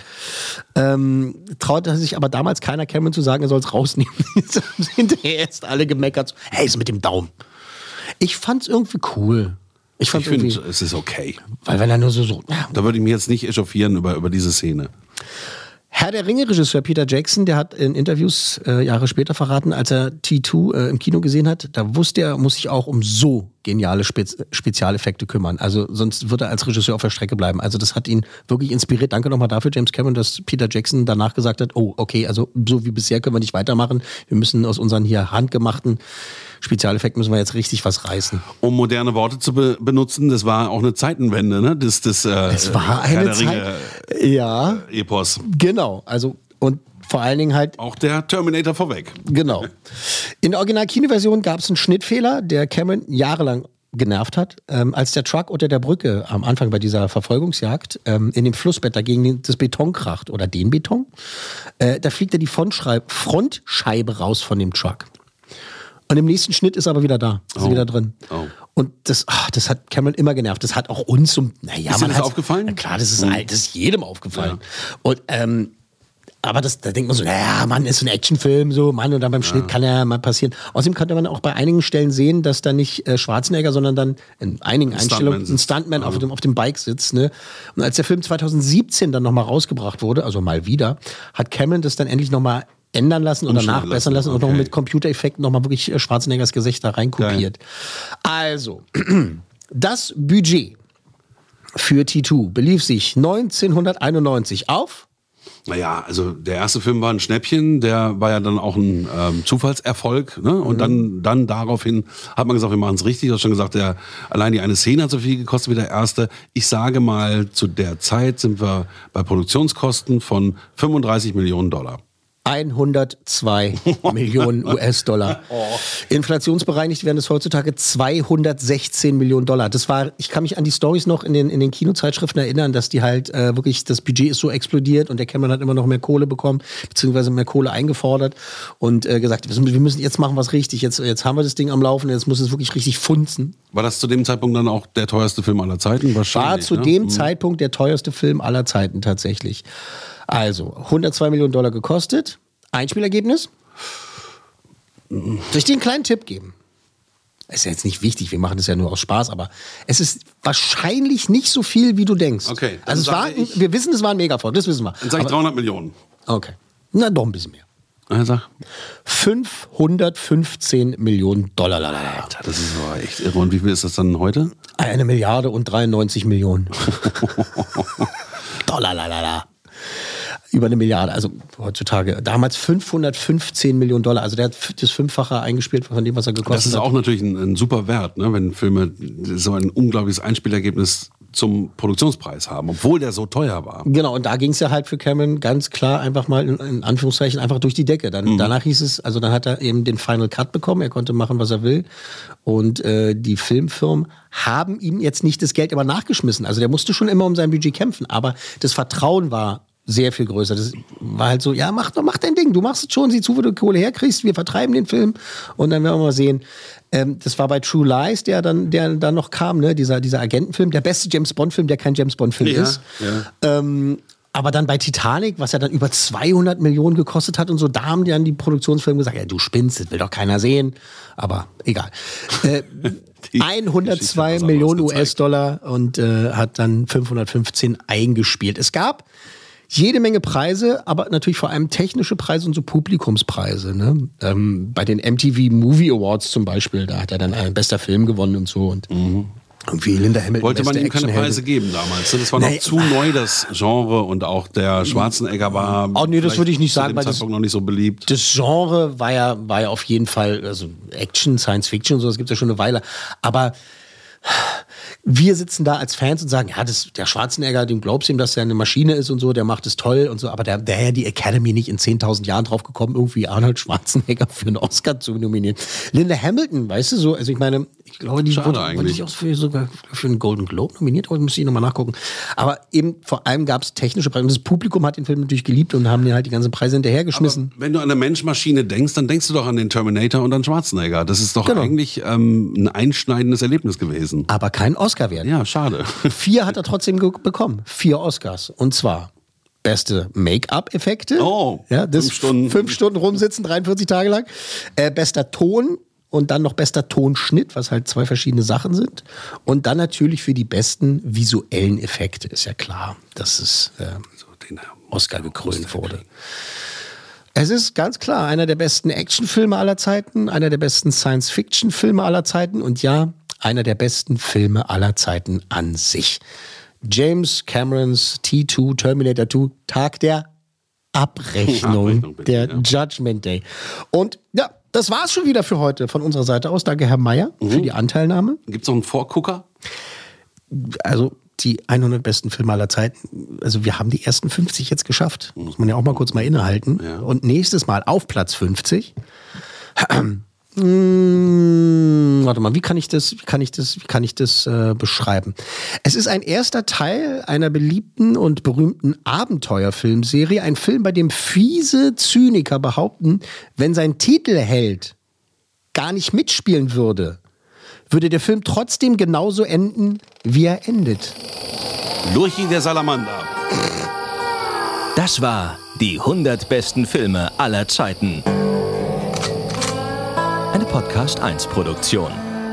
[SPEAKER 3] Ähm, traute sich aber damals keiner Cameron zu sagen, er soll es rausnehmen. Hinterher erst alle gemeckert, hey, ist mit dem Daumen. Ich fand's irgendwie cool. Ich,
[SPEAKER 4] ich finde, es ist okay.
[SPEAKER 3] Weil wenn er nur so... so ja.
[SPEAKER 4] Da würde ich mich jetzt nicht echauffieren über, über diese Szene.
[SPEAKER 3] Herr der Ringe-Regisseur Peter Jackson, der hat in Interviews äh, Jahre später verraten, als er T zwei äh, im Kino gesehen hat, da wusste er, muss sich auch um so geniale Spez- Spezialeffekte kümmern. Also sonst wird er als Regisseur auf der Strecke bleiben. Also das hat ihn wirklich inspiriert. Danke nochmal dafür, James Cameron, dass Peter Jackson danach gesagt hat, oh, okay, also so wie bisher können wir nicht weitermachen. Wir müssen aus unseren hier handgemachten Spezialeffekten müssen wir jetzt richtig was reißen.
[SPEAKER 4] Um moderne Worte zu be- benutzen, das war auch eine Zeitenwende, ne? Das, das, äh,
[SPEAKER 3] es war eine
[SPEAKER 4] Herr der
[SPEAKER 3] Zeit,
[SPEAKER 4] Ringe,
[SPEAKER 3] ja,
[SPEAKER 4] äh, Epos.
[SPEAKER 3] Genau, also und vor allen Dingen halt...
[SPEAKER 4] Auch der Terminator vorweg.
[SPEAKER 3] Genau. In der Original-Kinoversion gab es einen Schnittfehler, der Cameron jahrelang genervt hat, ähm, als der Truck unter der Brücke am Anfang bei dieser Verfolgungsjagd ähm, in dem Flussbett dagegen das Beton kracht oder den Beton, äh, da fliegt er die Frontschrei- Frontscheibe raus von dem Truck. Und im nächsten Schnitt ist er aber wieder da, ist
[SPEAKER 4] oh.
[SPEAKER 3] wieder drin. Oh. Und das, ach, das hat Cameron immer genervt. Das hat auch uns so, naja,
[SPEAKER 4] ist
[SPEAKER 3] man
[SPEAKER 4] dir das
[SPEAKER 3] hat
[SPEAKER 4] aufgefallen?
[SPEAKER 3] Na klar, das ist, mhm. das ist jedem aufgefallen.
[SPEAKER 4] Ja.
[SPEAKER 3] Und ähm, aber das, da denkt man so, naja, Mann, ist ein Actionfilm, so, Mann, und dann beim Schnitt ja. kann ja mal passieren. Außerdem konnte man auch bei einigen Stellen sehen, dass da nicht äh, Schwarzenegger, sondern dann in einigen ein Einstellungen ein Stuntman ja. auf, dem, auf dem Bike sitzt. Ne? Und als der Film zwanzig siebzehn dann nochmal rausgebracht wurde, also mal wieder, hat Cameron das dann endlich nochmal ändern lassen oder nachbessern lassen, lassen und okay. noch mit Computereffekten nochmal wirklich Schwarzeneggers Gesicht da reinkopiert. Also, das Budget für T zwei belief sich neunzehnhunderteinundneunzig auf...
[SPEAKER 4] Naja, also der erste Film war ein Schnäppchen, der war ja dann auch ein ähm, Zufallserfolg. Ne? Und mhm. dann, dann daraufhin hat man gesagt, wir machen es richtig. Du hast schon gesagt, der, allein die eine Szene hat so viel gekostet wie der erste. Ich sage mal, zu der Zeit sind wir bei Produktionskosten von fünfunddreißig Millionen Dollar.
[SPEAKER 3] hundertzwei Millionen U S-Dollar. Oh. Inflationsbereinigt werden es heutzutage zweihundertsechzehn Millionen Dollar. Das war, ich kann mich an die Storys noch in den, in den Kinozeitschriften erinnern, dass die halt äh, wirklich, das Budget ist so explodiert und der Cameron hat immer noch mehr Kohle bekommen, beziehungsweise mehr Kohle eingefordert und äh, gesagt, wir müssen jetzt machen was richtig, jetzt, jetzt haben wir das Ding am Laufen, jetzt muss es wirklich richtig funzen.
[SPEAKER 4] War das zu dem Zeitpunkt dann auch der teuerste Film aller Zeiten? Wahrscheinlich,
[SPEAKER 3] war zu ne? dem mhm. Zeitpunkt der teuerste Film aller Zeiten tatsächlich. Also, hundertzwei Millionen Dollar gekostet. Einspielergebnis? Soll ich dir einen kleinen Tipp geben? Ist ja jetzt nicht wichtig, wir machen das ja nur aus Spaß, aber es ist wahrscheinlich nicht so viel, wie du denkst.
[SPEAKER 4] Okay.
[SPEAKER 3] Also es war, ich, wir wissen, es war ein Megafolg, das wissen wir.
[SPEAKER 4] Dann sag ich
[SPEAKER 3] aber,
[SPEAKER 4] dreihundert Millionen.
[SPEAKER 3] Okay. Na, doch ein bisschen mehr.
[SPEAKER 4] Ja, sag.
[SPEAKER 3] fünfhundertfünfzehn Millionen Dollar.
[SPEAKER 4] Alter, das ist aber echt irre. Und wie viel ist das dann heute?
[SPEAKER 3] Eine Milliarde und dreiundneunzig Millionen. Dollar, la, la, la. Über eine Milliarde, also heutzutage. Damals fünfhundertfünfzehn Millionen Dollar. Also der hat das Fünffache eingespielt von dem, was er gekostet hat.
[SPEAKER 4] Das ist auch natürlich ein, ein super Wert, ne? Wenn Filme so ein unglaubliches Einspielergebnis zum Produktionspreis haben, obwohl der so teuer war.
[SPEAKER 3] Genau, und da ging es ja halt für Cameron ganz klar einfach mal in, in Anführungszeichen einfach durch die Decke. Dann, mhm. Danach hieß es, also dann hat er eben den Final Cut bekommen, er konnte machen, was er will. Und äh, die Filmfirmen haben ihm jetzt nicht das Geld immer nachgeschmissen. Also der musste schon immer um sein Budget kämpfen, aber das Vertrauen war sehr viel größer. Das war halt so, ja, mach doch, mach dein Ding, du machst es schon, sieh zu, wo du Kohle herkriegst, wir vertreiben den Film und dann werden wir mal sehen. Ähm, das war bei True Lies, der dann, der dann noch kam, ne, dieser, dieser Agentenfilm, der beste James-Bond-Film, der kein James-Bond-Film
[SPEAKER 4] ja,
[SPEAKER 3] ist.
[SPEAKER 4] Ja.
[SPEAKER 3] Ähm, aber dann bei Titanic, was ja dann über zweihundert Millionen gekostet hat und so, da haben die dann die Produktionsfirmen gesagt, ja, du spinnst, das will doch keiner sehen. Aber egal. Äh, hundertzwei Millionen U S-Dollar und äh, hat dann fünfhundertfünfzehn eingespielt. Es gab jede Menge Preise, aber natürlich vor allem technische Preise und so Publikumspreise. Ne? Ähm, bei den M T V Movie Awards zum Beispiel, da hat er dann einen bester Film gewonnen und so. Und
[SPEAKER 4] mhm.
[SPEAKER 3] Irgendwie Linda Hamilton.
[SPEAKER 4] Wollte man ihm keine Preise geben damals. Das war noch nee. zu neu, das Genre, und auch der Schwarzenegger war
[SPEAKER 3] oh, nee, das würde ich nicht sagen,
[SPEAKER 4] zu dem Zeitpunkt noch nicht so beliebt.
[SPEAKER 3] Das Genre war ja, war ja auf jeden Fall, also Action, Science Fiction und so, das gibt es ja schon eine Weile. Aber wir sitzen da als Fans und sagen, ja, das, der Schwarzenegger, dem glaubst du ihm, dass er eine Maschine ist und so, der macht es toll und so, aber der wäre ja die Academy nicht in zehntausend Jahren drauf gekommen, irgendwie Arnold Schwarzenegger für einen Oscar zu nominieren. Linda Hamilton, weißt du so, also ich meine, ich glaube, die
[SPEAKER 4] Schade
[SPEAKER 3] wurde,
[SPEAKER 4] eigentlich.
[SPEAKER 3] wurde ich auch für, sogar für einen Golden Globe nominiert, aber müsste ich nochmal nachgucken. Aber eben vor allem gab es technische Preise und das Publikum hat den Film natürlich geliebt und haben den halt die ganzen Preise hinterhergeschmissen.
[SPEAKER 4] Aber wenn du an eine Mensch-Maschine denkst, dann denkst du doch an den Terminator und an Schwarzenegger. Das ist doch genau. eigentlich ähm, ein einschneidendes Erlebnis gewesen.
[SPEAKER 3] Aber kein Oscar wert.
[SPEAKER 4] Ja, schade.
[SPEAKER 3] Vier hat er trotzdem ge- bekommen. Vier Oscars. Und zwar beste Make-up-Effekte.
[SPEAKER 4] Oh,
[SPEAKER 3] ja, das
[SPEAKER 4] fünf Stunden.
[SPEAKER 3] Fünf Stunden rumsitzen, dreiundvierzig Tage lang. Äh, bester Ton und dann noch bester Tonschnitt, was halt zwei verschiedene Sachen sind. Und dann natürlich für die besten visuellen Effekte. Ist ja klar, dass es äh, Oscar gekrönt wurde. Es ist ganz klar einer der besten Actionfilme aller Zeiten, einer der besten Science-Fiction-Filme aller Zeiten und ja, einer der besten Filme aller Zeiten an sich. James Camerons T zwei, Terminator zwei, Tag der Abrechnung, Abrechnung bitte, der ja. Judgment Day. Und ja, das war's schon wieder für heute von unserer Seite aus. Danke, Herr Meyer, mhm. für die Anteilnahme.
[SPEAKER 4] Gibt's noch einen Vorgucker?
[SPEAKER 3] Also die hundert besten Filme aller Zeiten. Also wir haben die ersten fünfzig jetzt geschafft. Muss man ja auch mal kurz mal innehalten. Ja. Und nächstes Mal auf Platz fünfzig. Hm, warte mal, wie kann ich das, wie kann ich das, wie kann ich das äh, beschreiben? Es ist ein erster Teil einer beliebten und berühmten Abenteuerfilmserie. Ein Film, bei dem fiese Zyniker behaupten, wenn sein Titelheld gar nicht mitspielen würde, würde der Film trotzdem genauso enden, wie er endet.
[SPEAKER 4] Lurchi der Salamander.
[SPEAKER 2] Das war die hundert besten Filme aller Zeiten. Eine Podcast eins Produktion.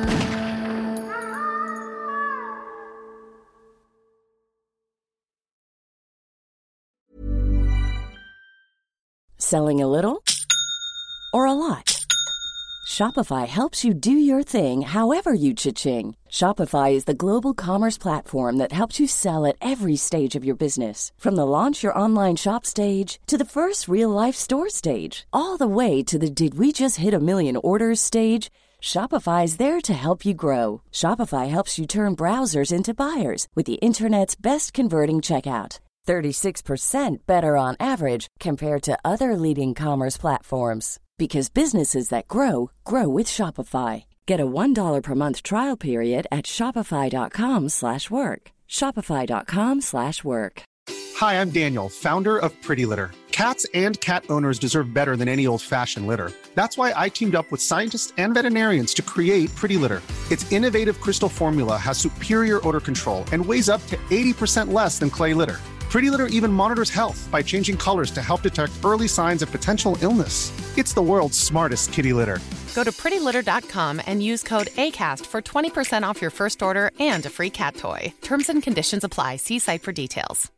[SPEAKER 9] Selling a little or a lot? Shopify helps you do your thing however you cha-ching. Shopify is the global commerce platform that helps you sell at every stage of your business. From the launch your online shop stage to the first real-life store stage, all the way to the did we just hit a million orders stage. Shopify is there to help you grow. Shopify helps you turn browsers into buyers with the internet's best converting checkout. thirty-six percent better on average compared to other leading commerce platforms. Because businesses that grow, grow with Shopify. Get a one dollar per month trial period at shopify.com slash work. Shopify.com slash work.
[SPEAKER 10] Hi, I'm Daniel, founder of Pretty Litter. Cats and cat owners deserve better than any old-fashioned litter. That's why I teamed up with scientists and veterinarians to create Pretty Litter. Its innovative crystal formula has superior odor control and weighs up to eighty percent less than clay litter. Pretty Litter even monitors health by changing colors to help detect early signs of potential illness. It's the world's smartest kitty litter.
[SPEAKER 11] Go to pretty litter dot com and use code ACAST for twenty percent off your first order and a free cat toy. Terms and conditions apply. See site for details.